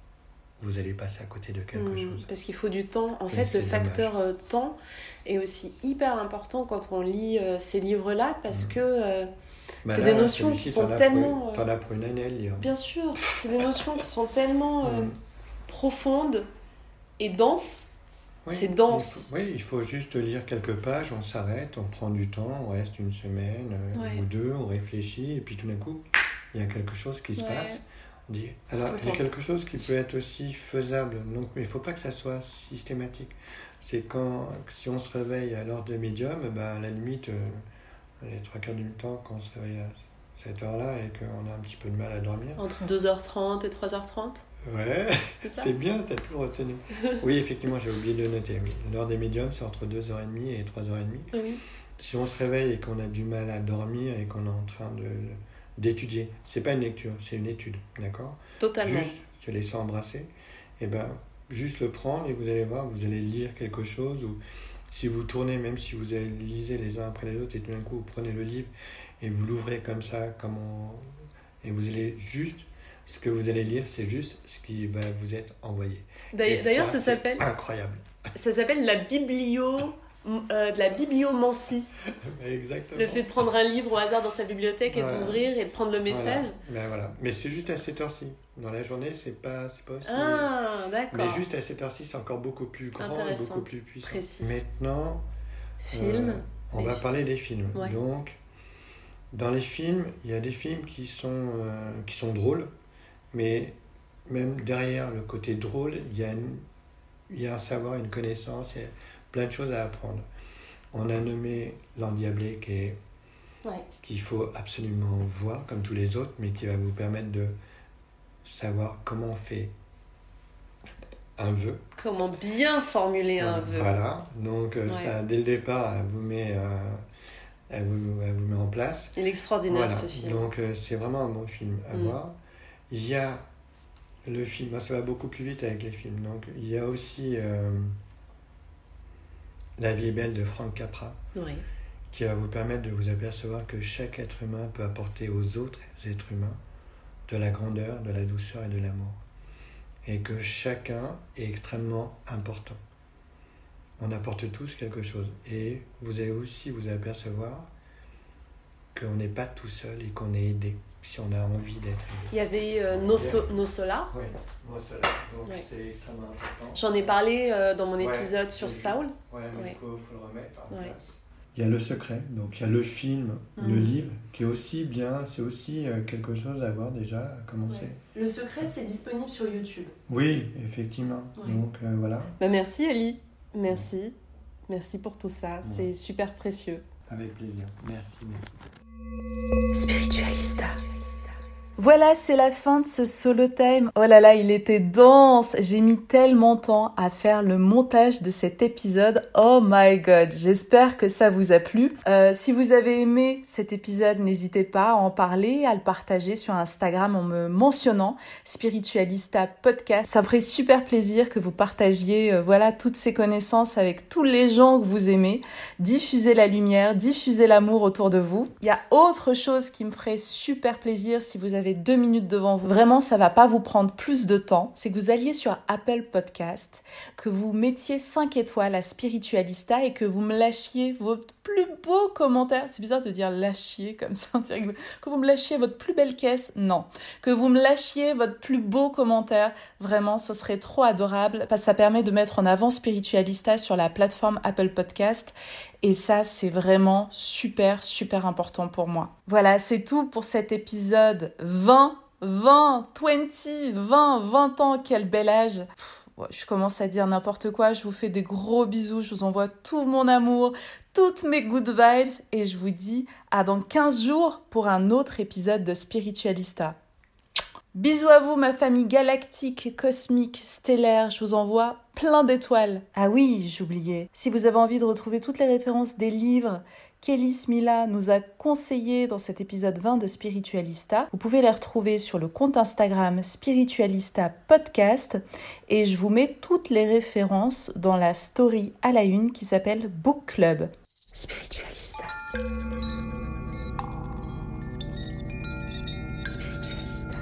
vous allez passer à côté de quelque mmh, chose. Parce qu'il faut du temps. En et fait, le facteur euh, temps est aussi hyper important quand on lit euh, ces livres-là, parce mmh. que euh, bah c'est là, des notions qui sont tellement... T'en as pour une année à le lire. Bien sûr, c'est des notions qui sont tellement euh, mmh. profondes et denses. Oui, c'est dense. Il faut, oui, il faut juste lire quelques pages, on s'arrête, on prend du temps, on reste une semaine euh, ouais. ou deux, on réfléchit, et puis tout d'un coup, il y a quelque chose qui se ouais. passe. On dit, alors, il y a quelque chose qui peut être aussi faisable, donc, mais il ne faut pas que ça soit systématique. C'est quand, si on se réveille à l'heure des médiums, ben, à la limite, euh, les trois quarts du temps, quand on se réveille à cette heure-là et qu'on a un petit peu de mal à dormir. Entre deux heures trente et trois heures trente. Ouais, c'est, c'est bien, t'as tout retenu. Oui, effectivement, j'ai oublié de le noter. Oui. L'heure des médiums, c'est entre deux heures trente et trois heures trente. Oui. Si on se réveille et qu'on a du mal à dormir et qu'on est en train de, d'étudier, c'est pas une lecture, c'est une étude, d'accord ? Totalement. Juste se laisser embrasser, et ben, juste le prendre et vous allez voir, vous allez lire quelque chose, ou si vous tournez, même si vous allez lisez les uns après les autres, et tout d'un coup, vous prenez le livre et vous l'ouvrez comme ça, comme on... et vous allez juste... Ce que vous allez lire, c'est juste ce qui va vous être envoyé. D'ailleurs, d'ailleurs ça, ça s'appelle... incroyable. Ça s'appelle la biblio... Euh, de la bibliomancie. Exactement. Le fait de prendre un livre au hasard dans sa bibliothèque et voilà. d'ouvrir et de prendre le message. Voilà. Ben voilà. Mais c'est juste à cette heure-ci. Dans la journée, c'est pas, c'est pas aussi... Ah, d'accord. Mais juste à cette heure-ci, c'est encore beaucoup plus grand et beaucoup plus puissant. Précis. Maintenant, Film, euh, on va films. parler des films. Ouais. Donc, dans les films, il y a des films qui sont, euh, qui sont drôles, mais même derrière le côté drôle, il y a, une, il y a un savoir, une connaissance, il y a plein de choses à apprendre. On a nommé L'Endiablé, qui est, ouais. qu'il faut absolument voir, comme tous les autres, mais qui va vous permettre de savoir comment on fait un vœu. Comment bien formuler un donc, vœu. Voilà, donc ouais. ça, dès le départ, elle vous met, euh, elle vous, elle vous met en place. Il est extraordinaire, voilà. ce film. Donc euh, c'est vraiment un bon film à mm. voir. Il y a le film, ça va beaucoup plus vite avec les films, donc il y a aussi... Euh, La vie est belle de Frank Capra, oui. qui va vous permettre de vous apercevoir que chaque être humain peut apporter aux autres êtres humains de la grandeur, de la douceur et de l'amour. Et que chacun est extrêmement important. On apporte tous quelque chose. Et vous allez aussi vous apercevoir qu'on n'est pas tout seul et qu'on est aidé, si on a envie d'être aidé. Il y avait euh, Nos so- Nos Sola. Oui, Nos Sola. Donc ouais. c'est extrêmement important. J'en ai parlé euh, dans mon épisode ouais, sur Saul. Oui, mais il ouais. faut, faut le remettre en ouais. place. Il y a Le Secret, donc il y a le film, mmh. le livre, qui est aussi bien, c'est aussi euh, quelque chose à voir déjà, à commencer. Ouais. Le Secret, c'est disponible sur YouTube. Oui, effectivement. Ouais. Donc euh, voilà. Bah, merci Ali, merci. Merci pour tout ça, ouais. c'est super précieux. Avec plaisir, merci, merci. Spiritualista. Voilà, c'est la fin de ce solo time. Oh là là, il était dense. J'ai mis tellement de temps à faire le montage de cet épisode. Oh my god, j'espère que ça vous a plu. Euh, si vous avez aimé cet épisode, n'hésitez pas à en parler, à le partager sur Instagram en me mentionnant Spiritualista Podcast. Ça me ferait super plaisir que vous partagiez euh, voilà, toutes ces connaissances avec tous les gens que vous aimez. Diffusez la lumière, diffusez l'amour autour de vous. Il y a autre chose qui me ferait super plaisir si vous avez avez deux minutes devant vous. Vraiment, ça va pas vous prendre plus de temps. C'est que vous alliez sur Apple Podcast, que vous mettiez cinq étoiles à Spiritualista et que vous me lâchiez votre plus beau commentaire. C'est bizarre de dire lâchier comme ça. On dirait que, que vous me lâchiez votre plus belle caisse. Non. Que vous me lâchiez votre plus beau commentaire. Vraiment, ça serait trop adorable parce que ça permet de mettre en avant Spiritualista sur la plateforme Apple Podcast. Et ça, c'est vraiment super, super important pour moi. Voilà, c'est tout pour cet épisode vingt, vingt, vingt, vingt, vingt ans, quel bel âge. Pff, je commence à dire n'importe quoi, je vous fais des gros bisous, je vous envoie tout mon amour, toutes mes good vibes et je vous dis à dans quinze jours pour un autre épisode de Spiritualista. Bisous à vous, ma famille galactique, cosmique, stellaire. Je vous envoie plein d'étoiles. Ah oui, j'oubliais. Si vous avez envie de retrouver toutes les références des livres qu'Ellie Smila nous a conseillés dans cet épisode vingt de Spiritualista, vous pouvez les retrouver sur le compte Instagram Spiritualista Podcast et je vous mets toutes les références dans la story à la une qui s'appelle Book Club. Spiritualista. Spiritualista.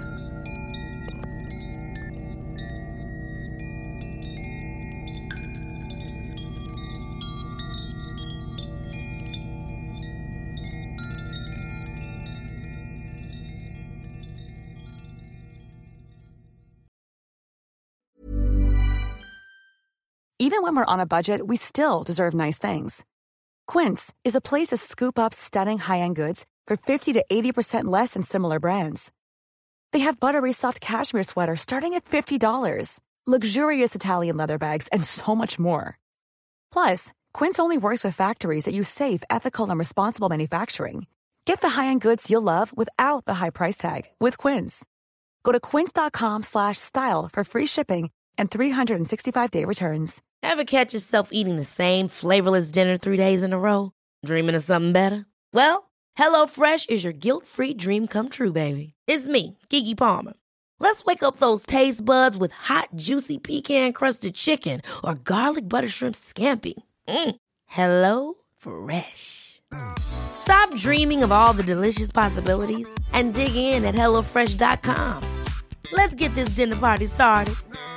Even when we're on a budget, we still deserve nice things. Quince is a place to scoop up stunning high-end goods for fifty to eighty percent less than similar brands. They have buttery soft cashmere sweaters starting at fifty dollars, luxurious Italian leather bags, and so much more. Plus, Quince only works with factories that use safe, ethical, and responsible manufacturing. Get the high-end goods you'll love without the high price tag with Quince. Go to quince.com slash style for free shipping and three sixty-five day returns. Ever catch yourself eating the same flavorless dinner three days in a row? Dreaming of something better? Well, HelloFresh is your guilt-free dream come true, baby. It's me, Keke Palmer. Let's wake up those taste buds with hot, juicy pecan-crusted chicken or garlic butter shrimp scampi. Mm. Hello Fresh. Stop dreaming of all the delicious possibilities and dig in at hello fresh dot com. Let's get this dinner party started.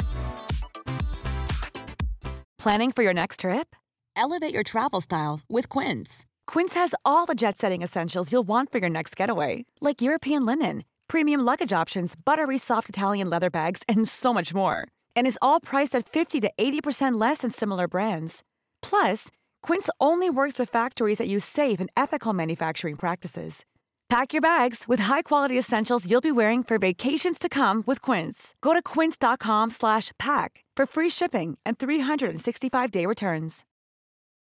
Planning for your next trip? Elevate your travel style with Quince. Quince has all the jet-setting essentials you'll want for your next getaway, like European linen, premium luggage options, buttery soft Italian leather bags, and so much more. And is all priced at fifty to eighty percent less than similar brands. Plus, Quince only works with factories that use safe and ethical manufacturing practices. Pack your bags with high-quality essentials you'll be wearing for vacations to come with Quince. Go to quince.com slash pack for free shipping and three sixty-five day returns.